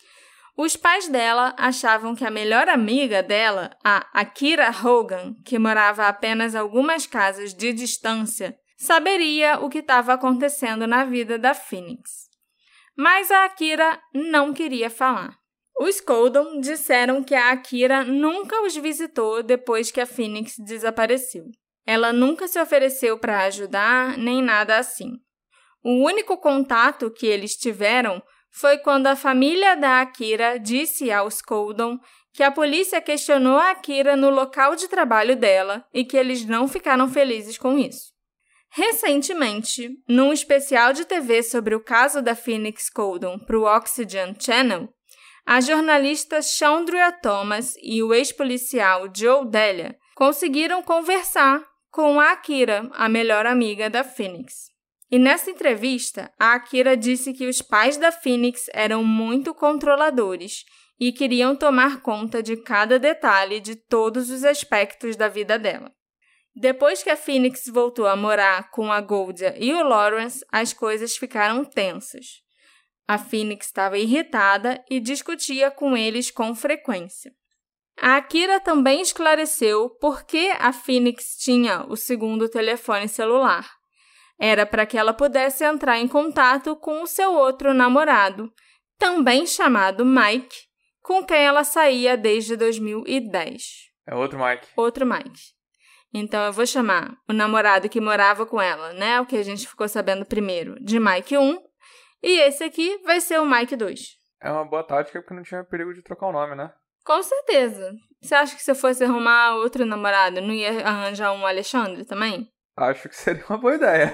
Os pais dela achavam que a melhor amiga dela, a Akira Hogan, que morava a apenas algumas casas de distância, saberia o que estava acontecendo na vida da Phoenix. Mas a Akira não queria falar. Os Coldon disseram que a Akira nunca os visitou depois que a Phoenix desapareceu. Ela nunca se ofereceu para ajudar, nem nada assim. O único contato que eles tiveram foi quando a família da Akira disse aos Coldon que a polícia questionou a Akira no local de trabalho dela e que eles não ficaram felizes com isso. Recentemente, num especial de T V sobre o caso da Phoenix Coldon para o Oxygen Channel, a jornalista Chandria Thomas e o ex-policial Joe Delia conseguiram conversar com a Akira, a melhor amiga da Phoenix. E nessa entrevista, a Akira disse que os pais da Phoenix eram muito controladores e queriam tomar conta de cada detalhe de todos os aspectos da vida dela. Depois que a Phoenix voltou a morar com a Goldia e o Lawrence, as coisas ficaram tensas. A Phoenix estava irritada e discutia com eles com frequência. A Akira também esclareceu por que a Phoenix tinha o segundo telefone celular. Era para que ela pudesse entrar em contato com o seu outro namorado, também chamado Mike, com quem ela saía desde dois mil e dez. É outro Mike. Outro Mike. Então, eu vou chamar o namorado que morava com ela, né? O que a gente ficou sabendo primeiro, de Mike um. E esse aqui vai ser o Mike dois. É uma boa tática porque não tinha perigo de trocar o nome, né? Com certeza. Você acha que se eu fosse arrumar outro namorado, não ia arranjar um Alexandre também? Acho que seria uma boa ideia.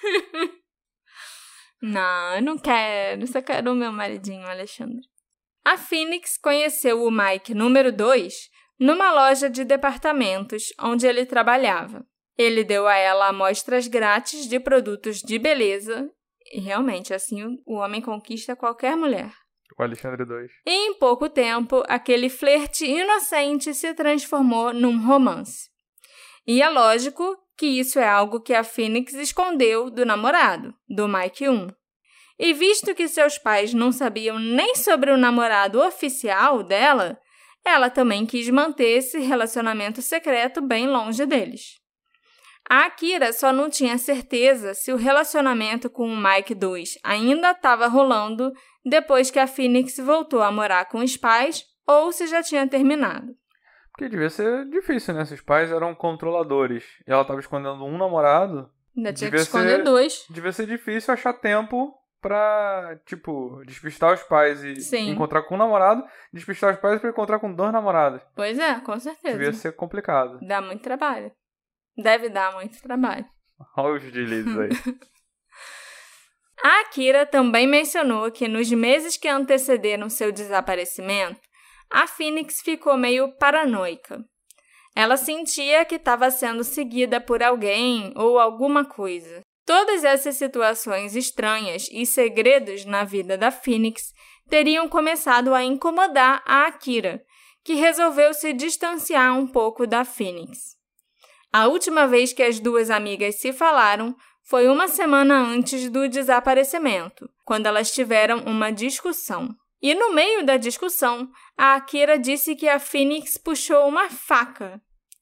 Não, eu não quero. Só quero o meu maridinho, Alexandre. A Phoenix conheceu o Mike número dois numa loja de departamentos onde ele trabalhava. Ele deu a ela amostras grátis de produtos de beleza. E realmente, assim, o homem conquista qualquer mulher. O Alexandre dois. E em pouco tempo, aquele flerte inocente se transformou num romance. E é lógico que isso é algo que a Phoenix escondeu do namorado, do Mike um. E visto que seus pais não sabiam nem sobre o namorado oficial dela, ela também quis manter esse relacionamento secreto bem longe deles. A Akira só não tinha certeza se o relacionamento com o Mike dois ainda estava rolando depois que a Phoenix voltou a morar com os pais ou se já tinha terminado. Porque devia ser difícil, né? Se os pais eram controladores e ela estava escondendo um namorado... Ainda tinha devia que esconder ser, dois. Devia ser difícil achar tempo pra, tipo, despistar os pais e Sim. encontrar com um namorado, despistar os pais pra encontrar com dois namorados. Pois é, com certeza. Devia ser complicado. Dá muito trabalho. Deve dar muito trabalho. Olha os deslizes aí. A Akira também mencionou que nos meses que antecederam seu desaparecimento, a Phoenix ficou meio paranoica. Ela sentia que estava sendo seguida por alguém ou alguma coisa. Todas essas situações estranhas e segredos na vida da Phoenix teriam começado a incomodar a Akira, que resolveu se distanciar um pouco da Phoenix. A última vez que as duas amigas se falaram foi uma semana antes do desaparecimento, quando elas tiveram uma discussão. E no meio da discussão, a Akira disse que a Phoenix puxou uma faca.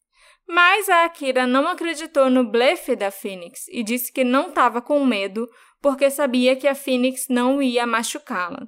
Mas a Akira não acreditou no blefe da Phoenix e disse que não estava com medo porque sabia que a Phoenix não ia machucá-la.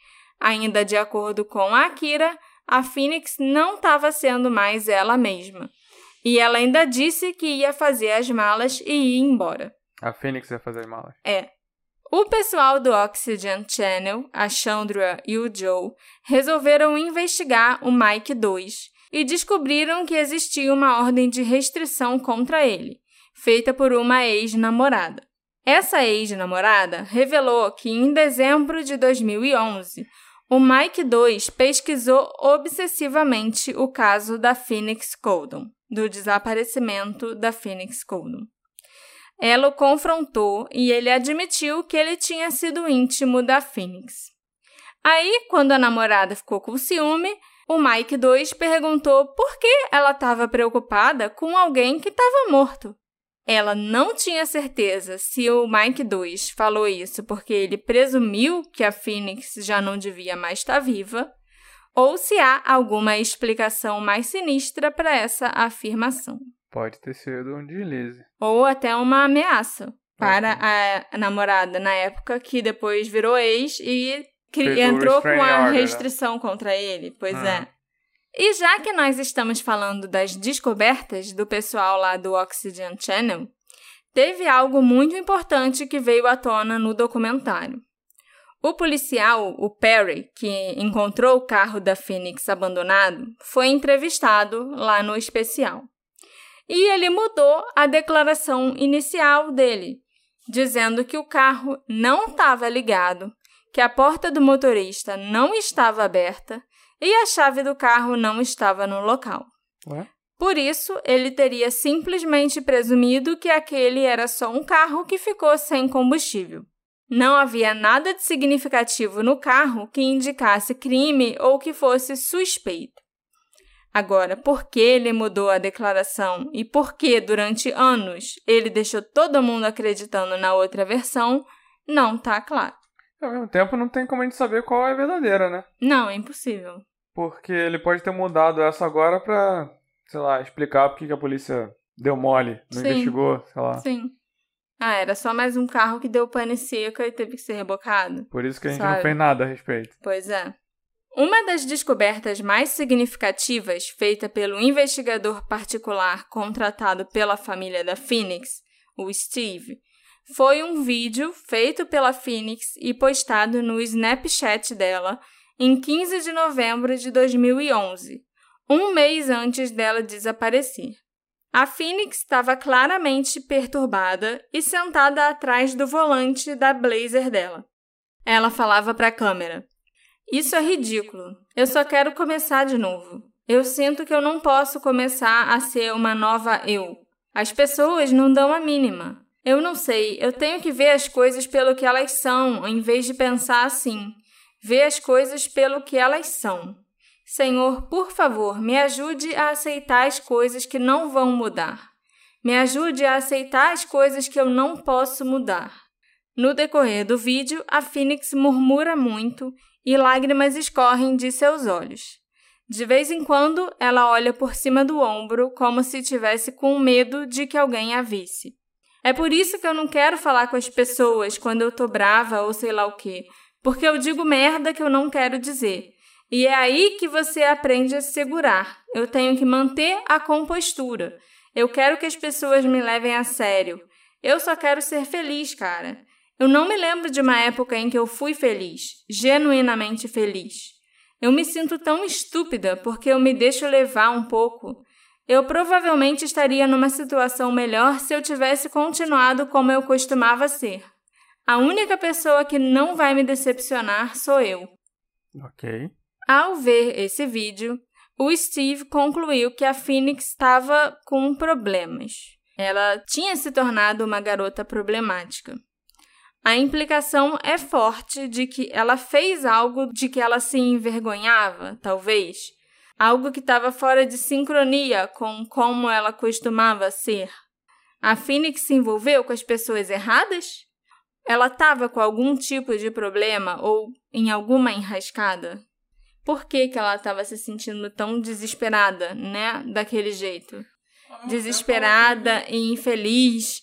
Ainda de acordo com a Akira, a Phoenix não estava sendo mais ela mesma. E ela ainda disse que ia fazer as malas e ir embora. A Phoenix ia fazer as malas? É. O pessoal do Oxygen Channel, a Chandra e o Joe, resolveram investigar o Mike dois e descobriram que existia uma ordem de restrição contra ele, feita por uma ex-namorada. Essa ex-namorada revelou que em dezembro de dois mil e onze, o Mike dois pesquisou obsessivamente o caso da Phoenix Coldon, do desaparecimento da Phoenix Coldon. Ela o confrontou e ele admitiu que ele tinha sido íntimo da Phoenix. Aí, quando a namorada ficou com ciúme, o Mike dois perguntou por que ela estava preocupada com alguém que estava morto. Ela não tinha certeza se o Mike dois falou isso porque ele presumiu que a Phoenix já não devia mais estar viva, ou se há alguma explicação mais sinistra para essa afirmação. Pode ter sido um deslize. Ou até uma ameaça para a namorada na época, que depois virou ex e que entrou com a restrição contra ele. Pois hum. é. E já que nós estamos falando das descobertas do pessoal lá do Oxygen Channel, teve algo muito importante que veio à tona no documentário. O policial, o Perry, que encontrou o carro da Phoenix abandonado, foi entrevistado lá no especial. E ele mudou a declaração inicial dele, dizendo que o carro não estava ligado, que a porta do motorista não estava aberta e a chave do carro não estava no local. Ué? Por isso, ele teria simplesmente presumido que aquele era só um carro que ficou sem combustível. Não havia nada de significativo no carro que indicasse crime ou que fosse suspeito. Agora, por que ele mudou a declaração e por que, durante anos, ele deixou todo mundo acreditando na outra versão, não está claro. Ao mesmo tempo, não tem como a gente saber qual é a verdadeira, né? Não, é impossível. Porque ele pode ter mudado essa agora pra, sei lá, explicar por que a polícia deu mole, não Sim. investigou, sei lá. Sim. Ah, era só mais um carro que deu pane seca e teve que ser rebocado. Por isso que a gente sabe? não fez nada a respeito. Pois é. Uma das descobertas mais significativas feita pelo investigador particular contratado pela família da Phoenix, o Steve, foi um vídeo feito pela Phoenix e postado no Snapchat dela em quinze de novembro de dois mil e onze, um mês antes dela desaparecer. A Phoenix estava claramente perturbada e sentada atrás do volante da Blazer dela. Ela falava para a câmera: "Isso é ridículo. Eu só quero começar de novo. Eu sinto que eu não posso começar a ser uma nova eu. As pessoas não dão a mínima. Eu não sei, eu tenho que ver as coisas pelo que elas são, em vez de pensar assim. Ver as coisas pelo que elas são. Senhor, por favor, me ajude a aceitar as coisas que não vão mudar. Me ajude a aceitar as coisas que eu não posso mudar." No decorrer do vídeo, a Phoenix murmura muito e lágrimas escorrem de seus olhos. De vez em quando, ela olha por cima do ombro como se tivesse com medo de que alguém a visse. É por isso que eu não quero falar com as pessoas quando eu tô brava ou sei lá o quê, porque eu digo merda que eu não quero dizer. E é aí que você aprende a se segurar. Eu tenho que manter a compostura. Eu quero que as pessoas me levem a sério. Eu só quero ser feliz, cara. Eu não me lembro de uma época em que eu fui feliz, genuinamente feliz. Eu me sinto tão estúpida porque eu me deixo levar um pouco. Eu provavelmente estaria numa situação melhor se eu tivesse continuado como eu costumava ser. A única pessoa que não vai me decepcionar sou eu. Ok. Ao ver esse vídeo, o Steve concluiu que a Phoenix estava com problemas. Ela tinha se tornado uma garota problemática. A implicação é forte de que ela fez algo de que ela se envergonhava, talvez. Algo que estava fora de sincronia com como ela costumava ser. A Phoenix se envolveu com as pessoas erradas? Ela estava com algum tipo de problema ou em alguma enrascada? Por que que ela estava se sentindo tão desesperada, né? Daquele jeito. Desesperada e infeliz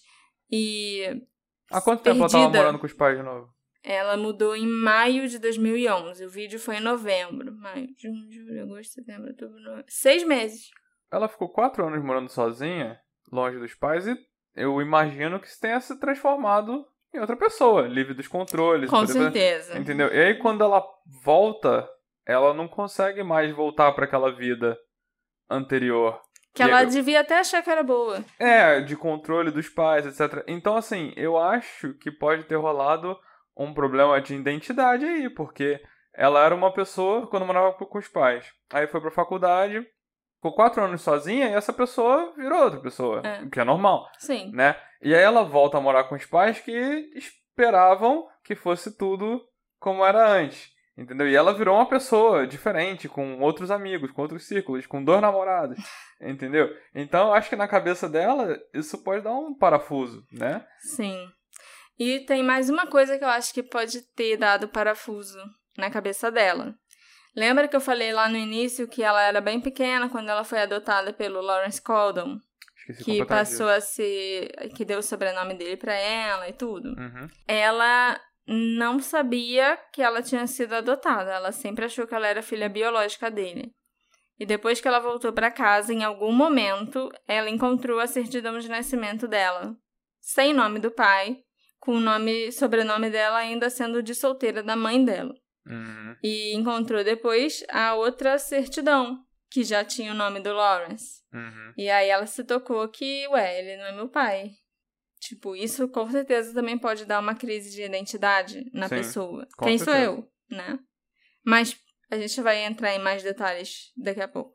e Há quanto perdida. tempo ela estava morando com os pais de novo? Ela mudou em maio de dois mil e onze. O vídeo foi em novembro. Maio, junho, julho, agosto, setembro, outubro, novembro. Seis meses. Ela ficou quatro anos morando sozinha, longe dos pais, e eu imagino que isso tenha se transformado em outra pessoa, livre dos controles. Com certeza. Entendeu? E aí quando ela volta, ela não consegue mais voltar para aquela vida anterior. Que ela eu... devia até achar que era boa. É, de controle dos pais, etcétera. Então, assim, eu acho que pode ter rolado um problema de identidade aí, porque ela era uma pessoa quando morava com os pais. Aí foi pra faculdade, ficou quatro anos sozinha e essa pessoa virou outra pessoa, é. o que é normal. Sim. Né? E aí ela volta a morar com os pais que esperavam que fosse tudo como era antes. Entendeu? E ela virou uma pessoa diferente, com outros amigos, com outros círculos, com dois namorados, entendeu? Então, eu acho que na cabeça dela, isso pode dar um parafuso, né? Sim. E tem mais uma coisa que eu acho que pode ter dado parafuso na cabeça dela. Lembra que eu falei lá no início que ela era bem pequena quando ela foi adotada pelo Lawrence Caldwell? Esqueci que passou disso. a ser... que deu o sobrenome dele pra ela e tudo. Uhum. Ela... não sabia que ela tinha sido adotada. Ela sempre achou que ela era filha biológica dele. E depois que ela voltou para casa, em algum momento, ela encontrou a certidão de nascimento dela, sem nome do pai, com o nome, sobrenome dela ainda sendo de solteira da mãe dela. Uhum. E encontrou depois a outra certidão, que já tinha o nome do Lawrence. Uhum. E aí ela se tocou que, ué, ele não é meu pai. Tipo, isso com certeza também pode dar uma crise de identidade na Sim, pessoa. com Quem certeza. sou eu, né? Mas a gente vai entrar em mais detalhes daqui a pouco.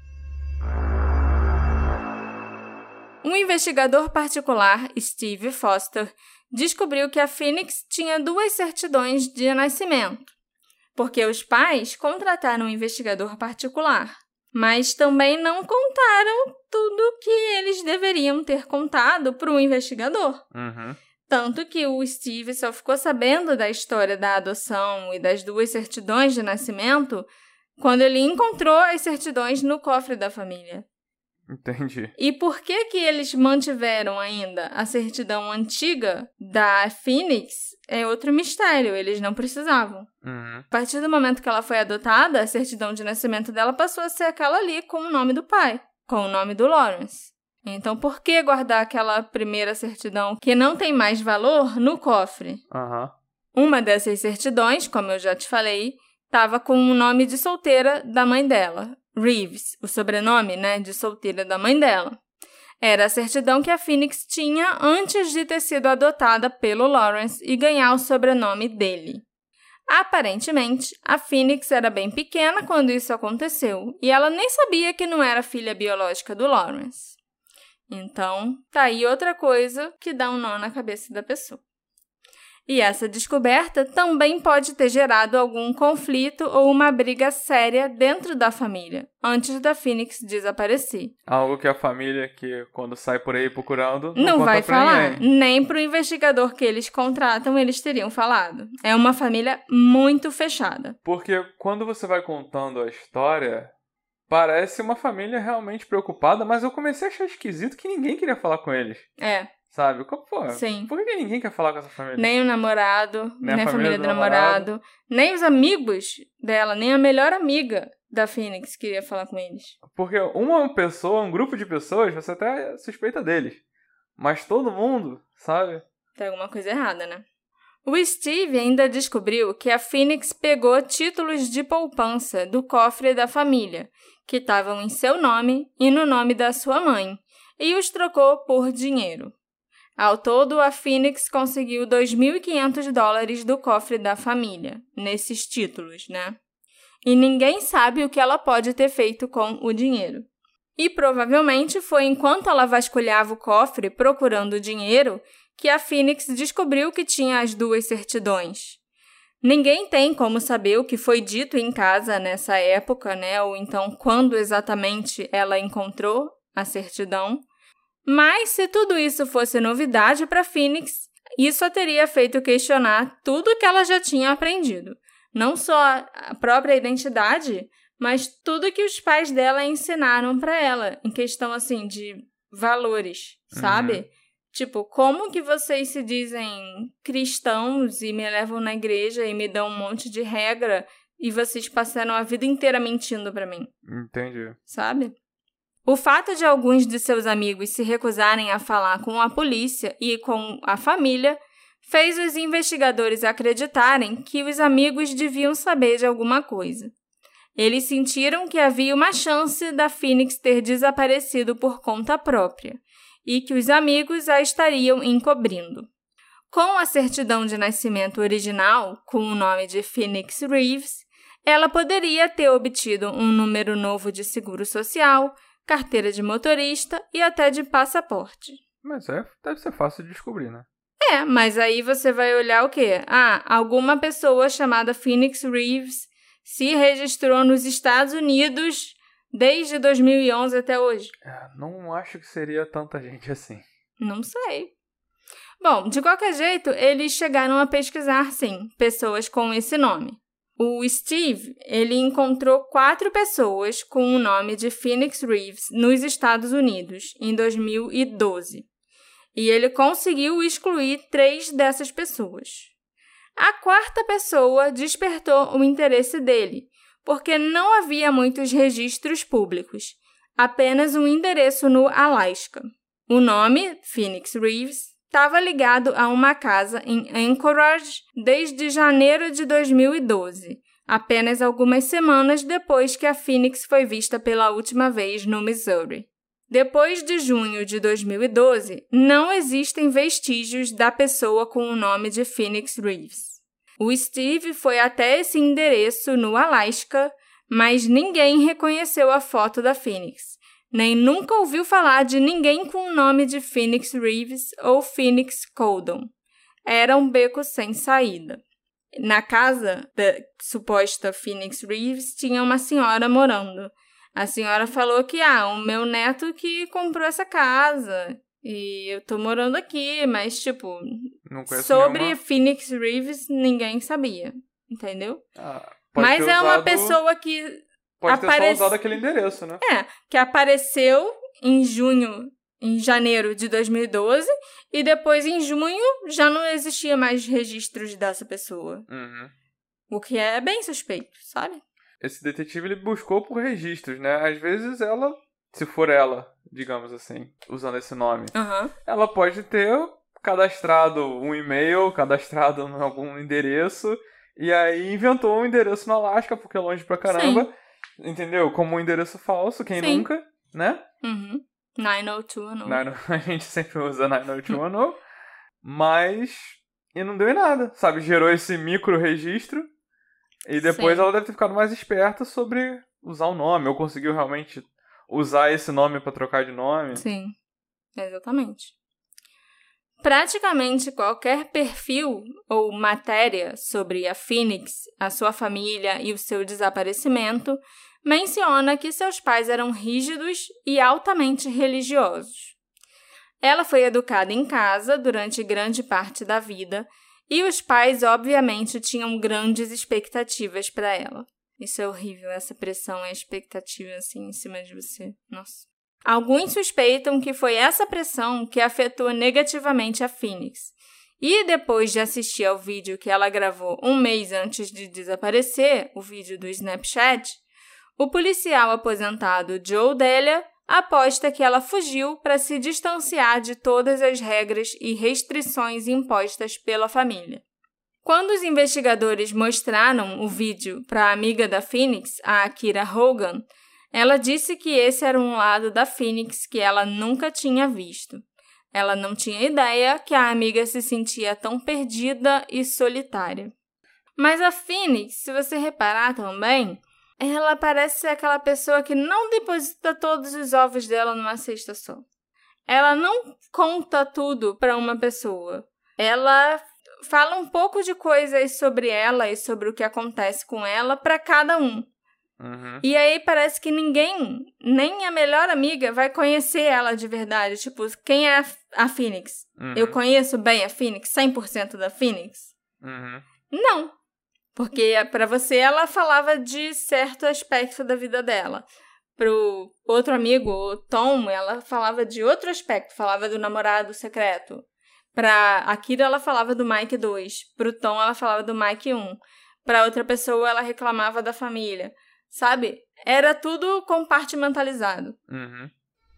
Um investigador particular, Steve Foster, descobriu que a Phoenix tinha duas certidões de nascimento, porque os pais contrataram um investigador particular, mas também não contaram tudo que eles deveriam ter contado para o investigador. Uhum. Tanto que o Steve só ficou sabendo da história da adoção e das duas certidões de nascimento quando ele encontrou as certidões no cofre da família. Entendi. E por que que eles mantiveram ainda a certidão antiga da Phoenix é outro mistério, eles não precisavam. Uhum. A partir do momento que ela foi adotada, a certidão de nascimento dela passou a ser aquela ali com o nome do pai, com o nome do Lawrence. Então, por que guardar aquela primeira certidão que não tem mais valor no cofre? Uhum. Uma dessas certidões, como eu já te falei, estava com o nome de solteira da mãe dela, Reeves, o sobrenome, né, de solteira da mãe dela. Era a certidão que a Phoenix tinha antes de ter sido adotada pelo Lawrence e ganhar o sobrenome dele. Aparentemente, a Phoenix era bem pequena quando isso aconteceu e ela nem sabia que não era filha biológica do Lawrence. Então, tá aí outra coisa que dá um nó na cabeça da pessoa. E essa descoberta também pode ter gerado algum conflito ou uma briga séria dentro da família, antes da Phoenix desaparecer. Algo que a família, que quando sai por aí procurando, não, não conta vai pra falar. ninguém. Nem pro investigador que eles contratam, eles teriam falado. É uma família muito fechada. Porque quando você vai contando a história, parece uma família realmente preocupada, mas eu comecei a achar esquisito que ninguém queria falar com eles. É. Sabe? Pô, Sim. Por que ninguém quer falar com essa família? Nem o namorado, nem, nem a família, família do, do namorado. namorado, nem os amigos dela, nem a melhor amiga da Phoenix queria falar com eles. Porque uma pessoa, um grupo de pessoas, você até suspeita deles. Mas todo mundo, sabe? Tem alguma coisa errada, né? O Steve ainda descobriu que a Phoenix pegou títulos de poupança do cofre da família, que estavam em seu nome e no nome da sua mãe, e os trocou por dinheiro. Ao todo, a Phoenix conseguiu dois mil e quinhentos dólares do cofre da família, nesses títulos, né? E ninguém sabe o que ela pode ter feito com o dinheiro. E provavelmente foi enquanto ela vasculhava o cofre procurando o dinheiro que a Phoenix descobriu que tinha as duas certidões. Ninguém tem como saber o que foi dito em casa nessa época, né? Ou então quando exatamente ela encontrou a certidão. Mas, se tudo isso fosse novidade para Phoenix, isso a teria feito questionar tudo que ela já tinha aprendido. Não só a própria identidade, mas tudo que os pais dela ensinaram para ela, em questão, assim, de valores, sabe? Uhum. Tipo, como que vocês se dizem cristãos e me levam na igreja e me dão um monte de regra e vocês passaram a vida inteira mentindo para mim? Entendi. Sabe? O fato de alguns de seus amigos se recusarem a falar com a polícia e com a família fez os investigadores acreditarem que os amigos deviam saber de alguma coisa. Eles sentiram que havia uma chance da Phoenix ter desaparecido por conta própria e que os amigos a estariam encobrindo. Com a certidão de nascimento original, com o nome de Phoenix Reeves, ela poderia ter obtido um número novo de seguro social, carteira de motorista e até de passaporte. Mas é, deve ser fácil de descobrir, né? É, mas aí você vai olhar o quê? Ah, alguma pessoa chamada Phoenix Reeves se registrou nos Estados Unidos desde dois mil e onze até hoje. É, não acho que seria tanta gente assim. Não sei. Bom, de qualquer jeito, eles chegaram a pesquisar, sim, pessoas com esse nome. O Steve, ele encontrou quatro pessoas com o nome de Phoenix Reeves nos Estados Unidos em dois mil e doze. E ele conseguiu excluir três dessas pessoas. A quarta pessoa despertou o interesse dele, porque não havia muitos registros públicos, apenas um endereço no Alasca. O nome, Phoenix Reeves, estava ligado a uma casa em Anchorage desde janeiro de dois mil e doze, apenas algumas semanas depois que a Phoenix foi vista pela última vez no Missouri. Depois de junho de dois mil e doze, não existem vestígios da pessoa com o nome de Phoenix Reeves. O Steve foi até esse endereço no Alasca, mas ninguém reconheceu a foto da Phoenix, nem nunca ouviu falar de ninguém com o nome de Phoenix Reeves ou Phoenix Coldon. Era um beco sem saída. Na casa da suposta Phoenix Reeves tinha uma senhora morando. A senhora falou que, ah, o meu neto que comprou essa casa e eu tô morando aqui, mas, tipo, sobre nenhuma... Phoenix Reeves ninguém sabia, entendeu? Ah, mas é usado... uma pessoa que Pode apare... ter só usado aquele endereço, né? É, que apareceu em junho, em janeiro de dois mil e doze e depois em junho já não existia mais registros dessa pessoa. Uhum. O que é bem suspeito, sabe? Esse detetive, ele buscou por registros, né? Às vezes ela, se for ela, digamos assim, usando esse nome, uhum. ela pode ter cadastrado um e-mail, cadastrado em algum endereço, e aí inventou um endereço no Alasca, porque é longe pra caramba, Sim. entendeu? Como um endereço falso, quem Sim. nunca, né? Uhum. nove zero dois um zero. A gente sempre usa nove zero dois um zero, mas... E não deu em nada, sabe? Gerou esse micro registro. E depois Sim. ela deve ter ficado mais esperta sobre usar o nome, ou conseguiu realmente usar esse nome para trocar de nome. Sim, exatamente. Praticamente qualquer perfil ou matéria sobre a Phoenix, a sua família e o seu desaparecimento menciona que seus pais eram rígidos e altamente religiosos. Ela foi educada em casa durante grande parte da vida, e os pais, obviamente, tinham grandes expectativas para ela. Isso é horrível, essa pressão e a expectativa, assim, em cima de você. Nossa. Alguns suspeitam que foi essa pressão que afetou negativamente a Phoenix. E depois de assistir ao vídeo que ela gravou um mês antes de desaparecer, o vídeo do Snapchat, o policial aposentado Joe Delia aposta que ela fugiu para se distanciar de todas as regras e restrições impostas pela família. Quando os investigadores mostraram o vídeo para a amiga da Phoenix, a Akira Hogan, ela disse que esse era um lado da Phoenix que ela nunca tinha visto. Ela não tinha ideia que a amiga se sentia tão perdida e solitária. Mas a Phoenix, se você reparar também, ela parece ser aquela pessoa que não deposita todos os ovos dela numa cesta só. Ela não conta tudo para uma pessoa. Ela fala um pouco de coisas sobre ela e sobre o que acontece com ela para cada um. Uhum. E aí parece que ninguém, nem a melhor amiga, vai conhecer ela de verdade. Tipo, quem é a Phoenix? Uhum. Eu conheço bem a Phoenix? cem por cento da Phoenix? Uhum. Não. Porque para você ela falava de certo aspecto da vida dela. Pro outro amigo, o Tom, ela falava de outro aspecto, falava do namorado secreto. Pra Akira, ela falava do Mike dois. Pro Tom, ela falava do Mike um. Pra outra pessoa, ela reclamava da família. Sabe? Era tudo compartimentalizado. Uhum.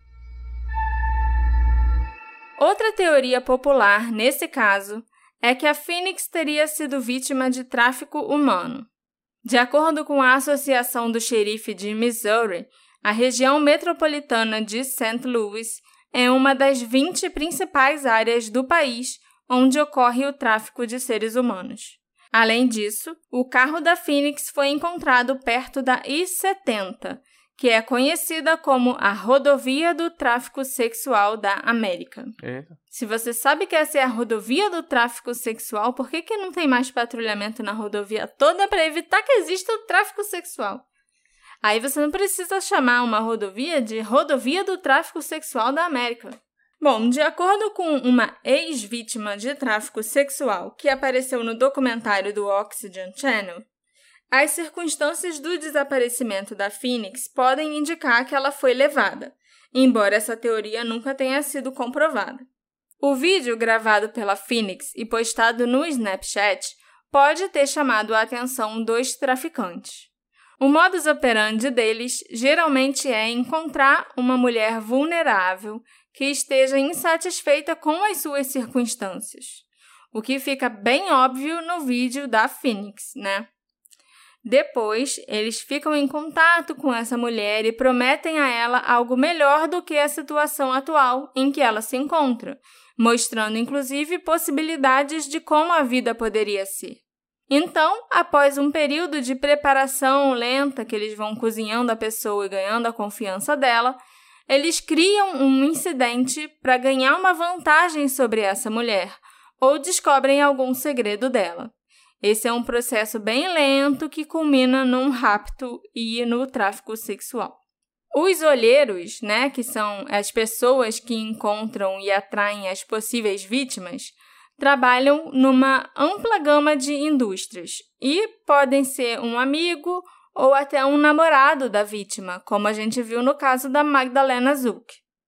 Outra teoria popular, nesse caso, é que a Phoenix teria sido vítima de tráfico humano. De acordo com a Associação do Xerife de Missouri, a região metropolitana de Saint Louis é uma das vinte principais áreas do país onde ocorre o tráfico de seres humanos. Além disso, o carro da Phoenix foi encontrado perto da I setenta, que é conhecida como a rodovia do tráfico sexual da América. Eita. Se você sabe que essa é a rodovia do tráfico sexual, por que que não tem mais patrulhamento na rodovia toda para evitar que exista o tráfico sexual? Aí você não precisa chamar uma rodovia de rodovia do tráfico sexual da América. Bom, de acordo com uma ex-vítima de tráfico sexual que apareceu no documentário do Oxygen Channel, as circunstâncias do desaparecimento da Phoenix podem indicar que ela foi levada, embora essa teoria nunca tenha sido comprovada. O vídeo gravado pela Phoenix e postado no Snapchat pode ter chamado a atenção dos traficantes. O modus operandi deles geralmente é encontrar uma mulher vulnerável que esteja insatisfeita com as suas circunstâncias, o que fica bem óbvio no vídeo da Phoenix, né? Depois, eles ficam em contato com essa mulher e prometem a ela algo melhor do que a situação atual em que ela se encontra, mostrando inclusive possibilidades de como a vida poderia ser. Então, após um período de preparação lenta que eles vão cozinhando a pessoa e ganhando a confiança dela, eles criam um incidente para ganhar uma vantagem sobre essa mulher ou descobrem algum segredo dela. Esse é um processo bem lento que culmina num rapto e no tráfico sexual. Os olheiros, né, que são as pessoas que encontram e atraem as possíveis vítimas, trabalham numa ampla gama de indústrias e podem ser um amigo ou até um namorado da vítima, como a gente viu no caso da Magdalena Zook.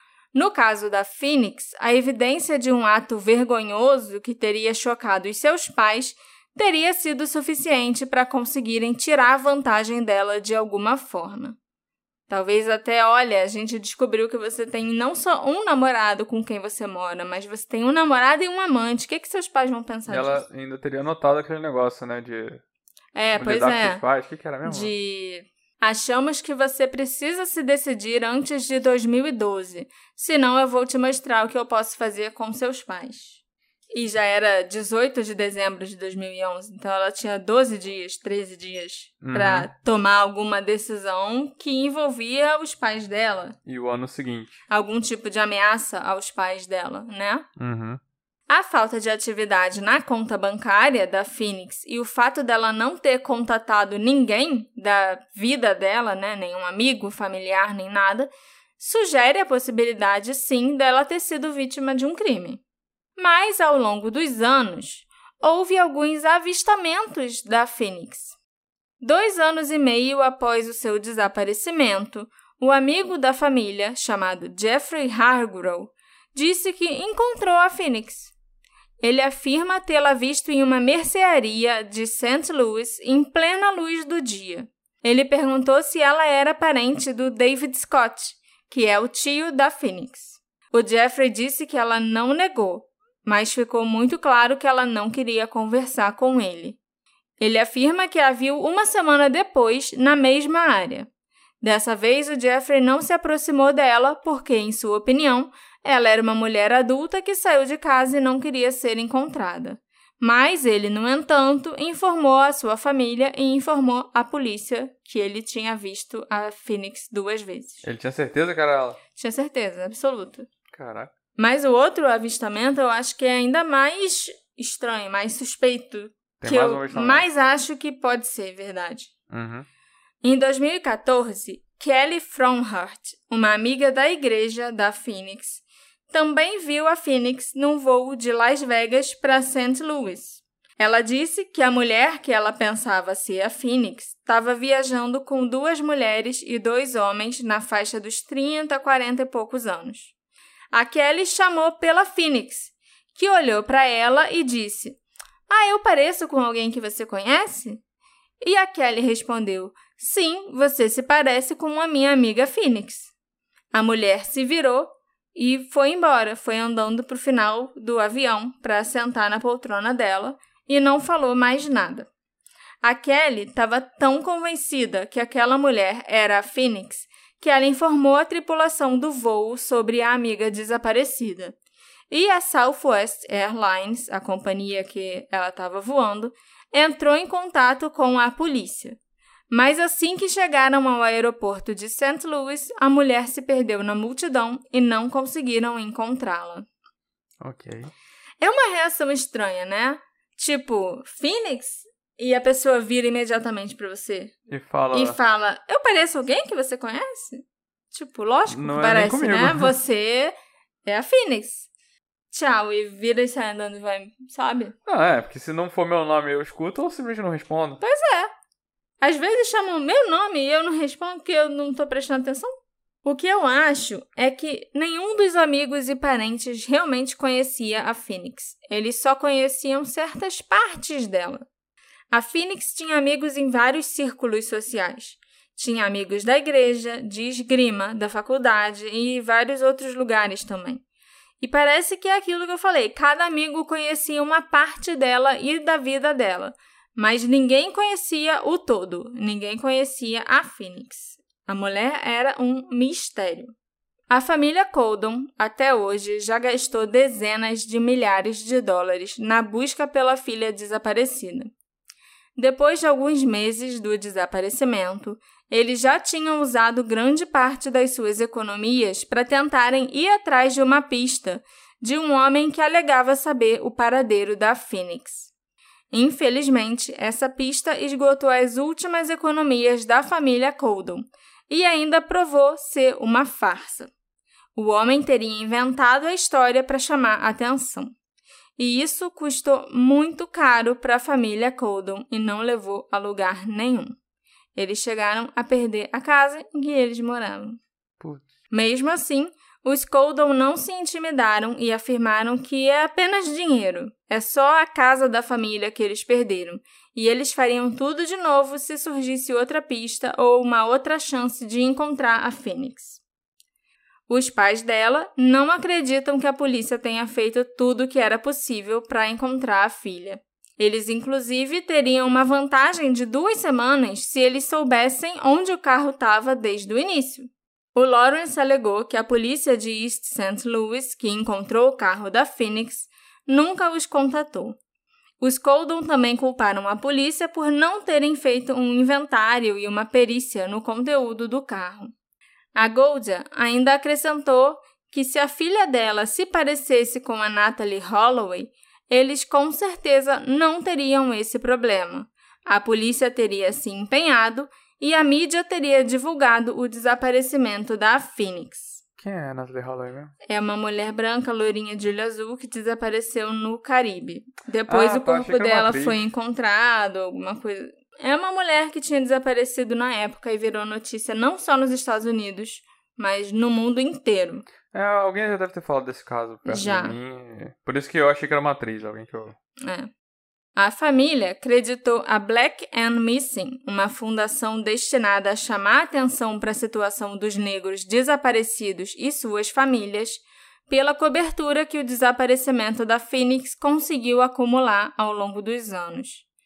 No caso da Phoenix, a evidência de um ato vergonhoso que teria chocado os seus pais teria sido suficiente para conseguirem tirar vantagem dela de alguma forma. Talvez até, olha, a gente descobriu que você tem não só um namorado com quem você mora, mas você tem um namorado e um amante. O que, que seus pais vão pensar Ela disso? ainda teria notado aquele negócio, né, de... É, de pois dar é. pros pais. O que que era mesmo? De... Achamos que você precisa se decidir antes de dois mil e doze, senão eu vou te mostrar o que eu posso fazer com seus pais. E já era dezoito de dezembro de dois mil e onze, então ela tinha doze dias, treze dias Uhum. para tomar alguma decisão que envolvia os pais dela. E o ano seguinte. Algum tipo de ameaça aos pais dela, né? Uhum. A falta de atividade na conta bancária da Phoenix e o fato dela não ter contatado ninguém da vida dela, né, nenhum amigo, familiar, nem nada, sugere a possibilidade, sim, dela ter sido vítima de um crime. Mas, ao longo dos anos, houve alguns avistamentos da Phoenix. Dois anos e meio após o seu desaparecimento, o amigo da família, chamado Jeffrey Hargrove, disse que encontrou a Phoenix. Ele afirma tê-la visto em uma mercearia de Saint Louis em plena luz do dia. Ele perguntou se ela era parente do David Scott, que é o tio da Phoenix. O Jeffrey disse que ela não negou, mas ficou muito claro que ela não queria conversar com ele. Ele afirma que a viu uma semana depois na mesma área. Dessa vez, o Jeffrey não se aproximou dela porque, em sua opinião, ela era uma mulher adulta que saiu de casa e não queria ser encontrada. Mas ele, no entanto, informou a sua família e informou a polícia que ele tinha visto a Phoenix duas vezes. Ele tinha certeza que era ela? Tinha certeza, absoluta. Caraca. Mas o outro avistamento eu acho que é ainda mais estranho, mais suspeito. Tem que mais eu um avistamento. mais acho que pode ser verdade. Uhum. Em dois mil e quatorze, Kelly Frohnhart, uma amiga da igreja da Phoenix, também viu a Phoenix num voo de Las Vegas para Saint Louis. Ela disse que a mulher que ela pensava ser a Phoenix estava viajando com duas mulheres e dois homens na faixa dos trinta, quarenta e poucos anos. A Kelly chamou pela Phoenix, que olhou para ela e disse: "Ah, eu pareço com alguém que você conhece?" E a Kelly respondeu: "Sim, você se parece com a minha amiga Phoenix." A mulher se virou e foi embora, foi andando para o final do avião para sentar na poltrona dela e não falou mais nada. A Kelly estava tão convencida que aquela mulher era a Phoenix que ela informou a tripulação do voo sobre a amiga desaparecida. E a Southwest Airlines, a companhia que ela estava voando, entrou em contato com a polícia. Mas assim que chegaram ao aeroporto de Saint Louis, a mulher se perdeu na multidão e não conseguiram encontrá-la. Ok. É uma reação estranha, né? Tipo, Phoenix? E a pessoa vira imediatamente pra você. E fala... E fala, eu pareço alguém que você conhece? Tipo, lógico Não que é parece, nem comigo. né? Você é a Phoenix. Tchau, e vira e sai andando e vai, sabe? Ah, é, porque se não for meu nome eu escuto ou simplesmente não respondo. Pois é. Às vezes chamam meu nome e eu não respondo porque eu não tô prestando atenção. O que eu acho é que nenhum dos amigos e parentes realmente conhecia a Phoenix. Eles só conheciam certas partes dela. A Phoenix tinha amigos em vários círculos sociais. Tinha amigos da igreja, de esgrima, da faculdade e vários outros lugares também. E parece que é aquilo que eu falei, cada amigo conhecia uma parte dela e da vida dela, mas ninguém conhecia o todo, ninguém conhecia a Phoenix. A mulher era um mistério. A família Coldon, até hoje, já gastou dezenas de milhares de dólares na busca pela filha desaparecida. Depois de alguns meses do desaparecimento, eles já tinham usado grande parte das suas economias para tentarem ir atrás de uma pista de um homem que alegava saber o paradeiro da Phoenix. Infelizmente, essa pista esgotou as últimas economias da família Coldon e ainda provou ser uma farsa. O homem teria inventado a história para chamar a atenção. E isso custou muito caro para a família Coldon e não levou a lugar nenhum. Eles chegaram a perder a casa em que eles moravam. Putz. Mesmo assim, os Coldon não se intimidaram e afirmaram que é apenas dinheiro. É só a casa da família que eles perderam. E eles fariam tudo de novo se surgisse outra pista ou uma outra chance de encontrar a Phoenix. Os pais dela não acreditam que a polícia tenha feito tudo o que era possível para encontrar a filha. Eles, inclusive, teriam uma vantagem de duas semanas se eles soubessem onde o carro estava desde o início. O Lawrence alegou que a polícia de East Saint Louis, que encontrou o carro da Phoenix, nunca os contatou. Os Coldon também culparam a polícia por não terem feito um inventário e uma perícia no conteúdo do carro. A Goldia ainda acrescentou que se a filha dela se parecesse com a Natalie Holloway, eles com certeza não teriam esse problema. A polícia teria se empenhado e a mídia teria divulgado o desaparecimento da Phoenix. Quem é a Natalie Holloway mesmo? É uma mulher branca, loirinha de olho azul, que desapareceu no Caribe. Depois Ah, o pá, achei corpo que era uma dela atriz. foi encontrado, alguma coisa... é uma mulher que tinha desaparecido na época e virou notícia não só nos Estados Unidos, mas no mundo inteiro. É, alguém já deve ter falado desse caso perto Já. de mim. Por isso que eu achei que era uma atriz, alguém que eu... É. A família acreditou a Black and Missing, uma fundação destinada a chamar a atenção para a situação dos negros desaparecidos e suas famílias, pela cobertura que o desaparecimento da Phoenix conseguiu acumular ao longo dos anos.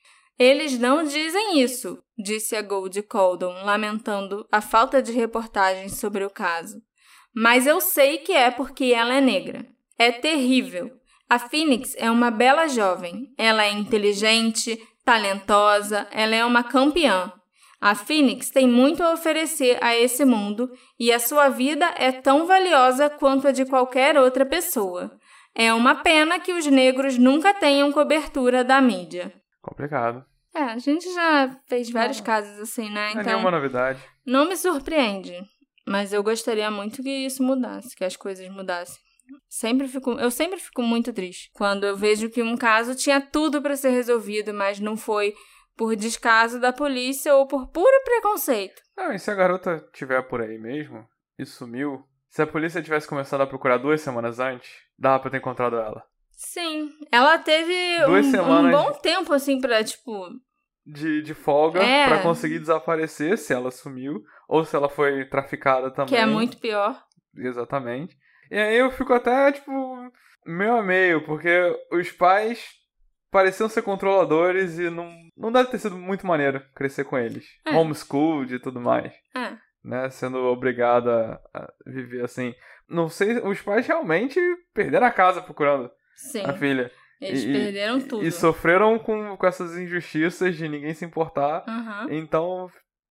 Eles não dizem isso, disse a Goldie Coldon, lamentando a falta de reportagens sobre o caso. Mas eu sei que é porque ela é negra. É terrível. A Phoenix é uma bela jovem. Ela é inteligente, talentosa, ela é uma campeã. A Phoenix tem muito a oferecer a esse mundo e a sua vida é tão valiosa quanto a de qualquer outra pessoa. É uma pena que os negros nunca tenham cobertura da mídia. Complicado. É, a gente já fez vários não. casos assim, né? Então, não é nenhuma novidade. Não me surpreende, mas eu gostaria muito que isso mudasse, que as coisas mudassem. Sempre fico, eu sempre fico muito triste quando eu vejo que um caso tinha tudo para ser resolvido, mas não foi por descaso da polícia ou por puro preconceito. Não, e se a garota estiver por aí mesmo e sumiu, se a polícia tivesse começado a procurar duas semanas antes, dava pra ter encontrado ela. Sim, ela teve duas um, semanas um bom tempo, assim, pra, tipo... De, de folga é. pra conseguir desaparecer se ela sumiu ou se ela foi traficada também. Que é muito pior. Exatamente. E aí eu fico até, tipo, meio a meio, porque os pais pareciam ser controladores e não, não deve ter sido muito maneiro crescer com eles. É. Homeschooled e tudo mais. É. Né? Sendo obrigada a viver assim. Não sei, os pais realmente perderam a casa procurando Sim. a filha. Eles e, perderam tudo. E sofreram com, com essas injustiças de ninguém se importar. Uhum. Então,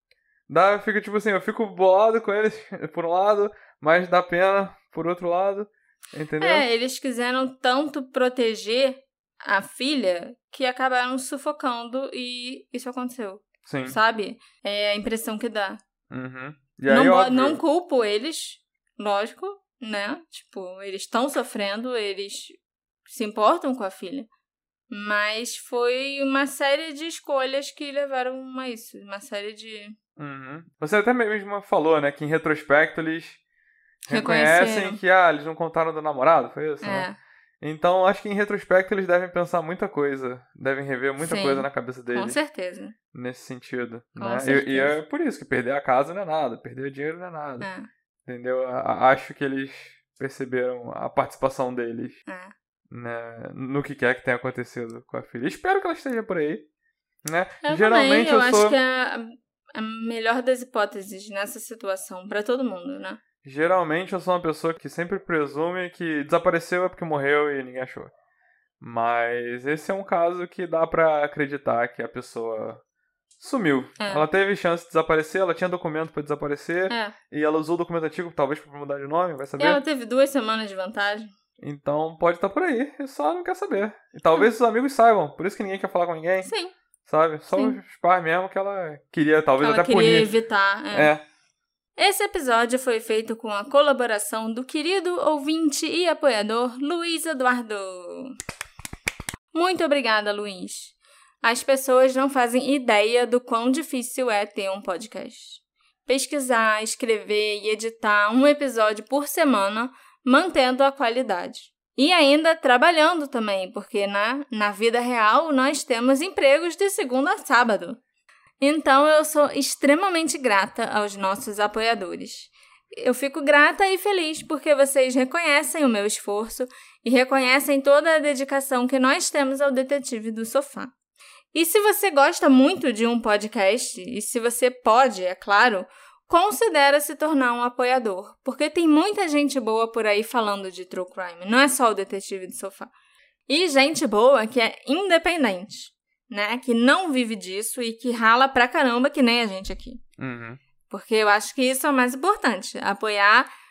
dá, fica tipo assim, eu fico bolado com eles, por um lado, mas dá pena por outro lado, entendeu? É, eles quiseram tanto proteger a filha que acabaram sufocando e isso aconteceu. Sim. Sabe? É a impressão que dá. Uhum. E aí, não, óbvio... não culpo eles, lógico, né? Tipo, eles estão sofrendo, eles se importam com a filha. Mas foi uma série de escolhas que levaram a isso. Uma série de... Uhum. Você até mesmo falou, né? Que em retrospecto eles reconhecem que ah, eles não contaram do namorado, foi isso, é. né? Então, acho que em retrospecto eles devem pensar muita coisa. Devem rever muita Sim, coisa na cabeça deles. Com certeza. Nesse sentido. Com né? certeza. E, e é por isso que perder a casa não é nada. Perder o dinheiro não é nada. É. Entendeu? A, acho que eles perceberam a participação deles. É. Né, no que quer que tenha acontecido com a filha. Espero que ela esteja por aí. Né? Eu Geralmente também, eu, eu acho sou... que é a, a melhor das hipóteses nessa situação, pra todo mundo, né? Geralmente eu sou uma pessoa que sempre presume que desapareceu é porque morreu e ninguém achou. Mas esse é um caso que dá pra acreditar que a pessoa sumiu. É. Ela teve chance de desaparecer, ela tinha documento pra desaparecer. É. E ela usou o documento antigo, talvez pra mudar de nome, vai saber. E ela teve duas semanas de vantagem. Então pode estar por aí, e só não quer saber. E talvez os amigos saibam, por isso que ninguém quer falar com ninguém. Sim. Sabe? Só Sim. os pais mesmo que ela queria, talvez ela até queria punir. evitar. É. É. Esse episódio foi feito com a colaboração do querido ouvinte e apoiador Luiz Eduardo. Muito obrigada, Luiz. As pessoas não fazem ideia do quão difícil é ter um podcast. Pesquisar, escrever e editar um episódio por semana, mantendo a qualidade. E ainda trabalhando também, porque na, na vida real nós temos empregos de segunda a sábado. Então, eu sou extremamente grata aos nossos apoiadores. Eu fico grata e feliz porque vocês reconhecem o meu esforço e reconhecem toda a dedicação que nós temos ao Detetive do Sofá. E se você gosta muito de um podcast, e se você pode, é claro, considere se tornar um apoiador, porque tem muita gente boa por aí falando de True Crime, não é só o Detetive do Sofá. E gente boa que é independente. Né, que não vive disso e que rala pra caramba que nem a gente aqui. Uhum. Porque eu acho que isso é o mais importante. Apoiar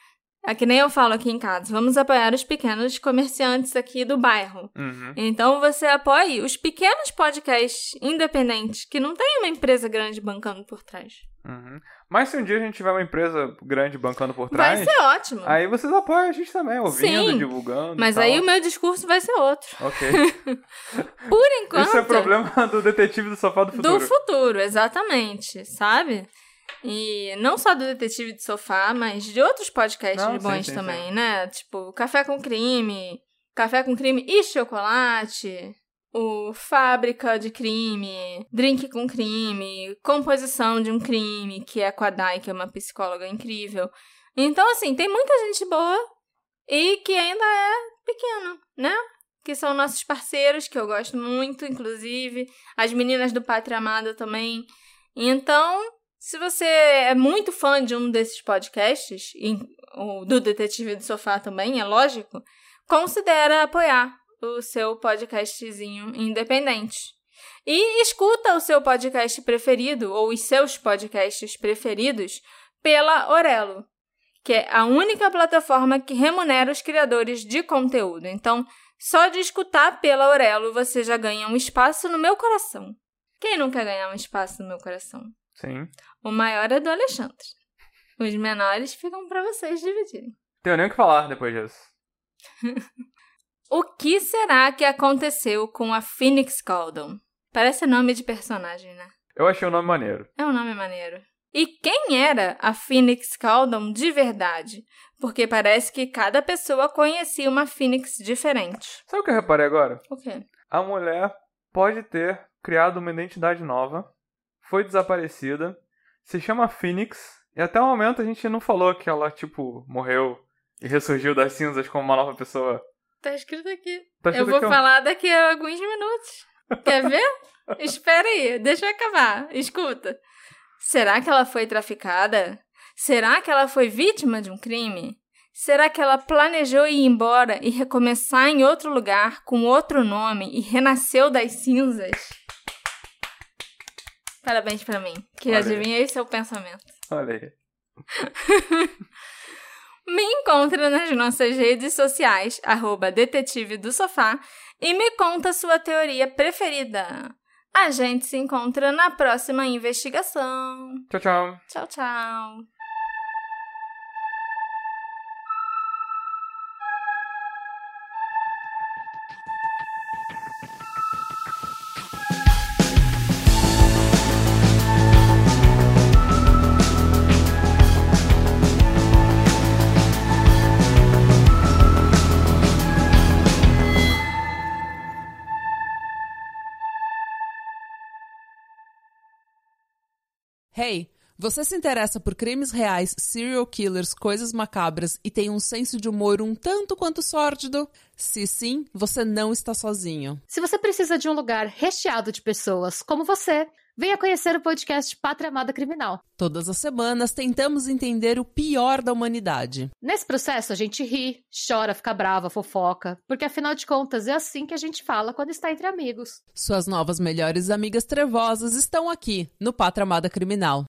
É que nem eu falo aqui em casa, vamos apoiar os pequenos comerciantes aqui do bairro. Uhum. Então você apoie os pequenos podcasts independentes, que não tem uma empresa grande bancando por trás. Uhum. Mas se um dia a gente tiver uma empresa grande bancando por trás... Vai ser ótimo. Aí vocês apoiam a gente também, ouvindo, Sim, divulgando. Mas e tal. aí o meu discurso vai ser outro. Ok. Por enquanto... Esse é o problema do detetive do sofá do futuro. Do futuro, exatamente, sabe? E não só do Detetive de Sofá, mas de outros podcasts Não, bons sim, sim, também, sim. né? Tipo, Café com Crime, Café com Crime e Chocolate, o Fábrica de Crime, Drink com Crime, Composição de um Crime, que é com a Dai, que é uma psicóloga incrível. Então, assim, tem muita gente boa e que ainda é pequeno, né? Que são nossos parceiros, que eu gosto muito, inclusive. As meninas do Pátria Amada também. Então... Se você é muito fã de um desses podcasts, e o do Detetive do Sofá também, é lógico, considera apoiar o seu podcastzinho independente. E escuta o seu podcast preferido, ou os seus podcasts preferidos, pela Orelo, que é a única plataforma que remunera os criadores de conteúdo. Então, só de escutar pela Orelo, você já ganha um espaço no meu coração. Quem não quer ganhar um espaço no meu coração? Sim. O maior é do Alexandre. Os menores ficam pra vocês dividirem. Tenho nem o que falar depois disso. O que será que aconteceu com a Phoenix Caldon? Parece nome de personagem, né? Eu achei o nome maneiro. É um nome maneiro. E quem era a Phoenix Caldon de verdade? Porque parece que cada pessoa conhecia uma Phoenix diferente. Sabe o que eu reparei agora? O quê? A mulher pode ter criado uma identidade nova, foi desaparecida, se chama Phoenix, e até o momento a gente não falou que ela, tipo, morreu e ressurgiu das cinzas como uma nova pessoa. Tá escrito aqui. Tá escrito eu vou aqui, ó. falar daqui a alguns minutos. Quer ver? Espera aí, deixa eu acabar. Escuta. Será que ela foi traficada? Será que ela foi vítima de um crime? Será que ela planejou ir embora e recomeçar em outro lugar com outro nome e renasceu das cinzas? Parabéns pra mim, que Olha adivinhei seu pensamento. Olha aí. Me encontra nas nossas redes sociais, arroba Detetive do Sofá, e me conta sua teoria preferida. A gente se encontra na próxima investigação. Tchau, tchau. Tchau, tchau. Hey, você se interessa por crimes reais, serial killers, coisas macabras e tem um senso de humor um tanto quanto sórdido? Se sim, você não está sozinho. Se você precisa de um lugar recheado de pessoas como você, venha conhecer o podcast Pátria Amada Criminal. Todas as semanas tentamos entender o pior da humanidade. Nesse processo a gente ri, chora, fica brava, fofoca, porque afinal de contas é assim que a gente fala quando está entre amigos. Suas novas melhores amigas trevosas estão aqui, no Pátria Amada Criminal.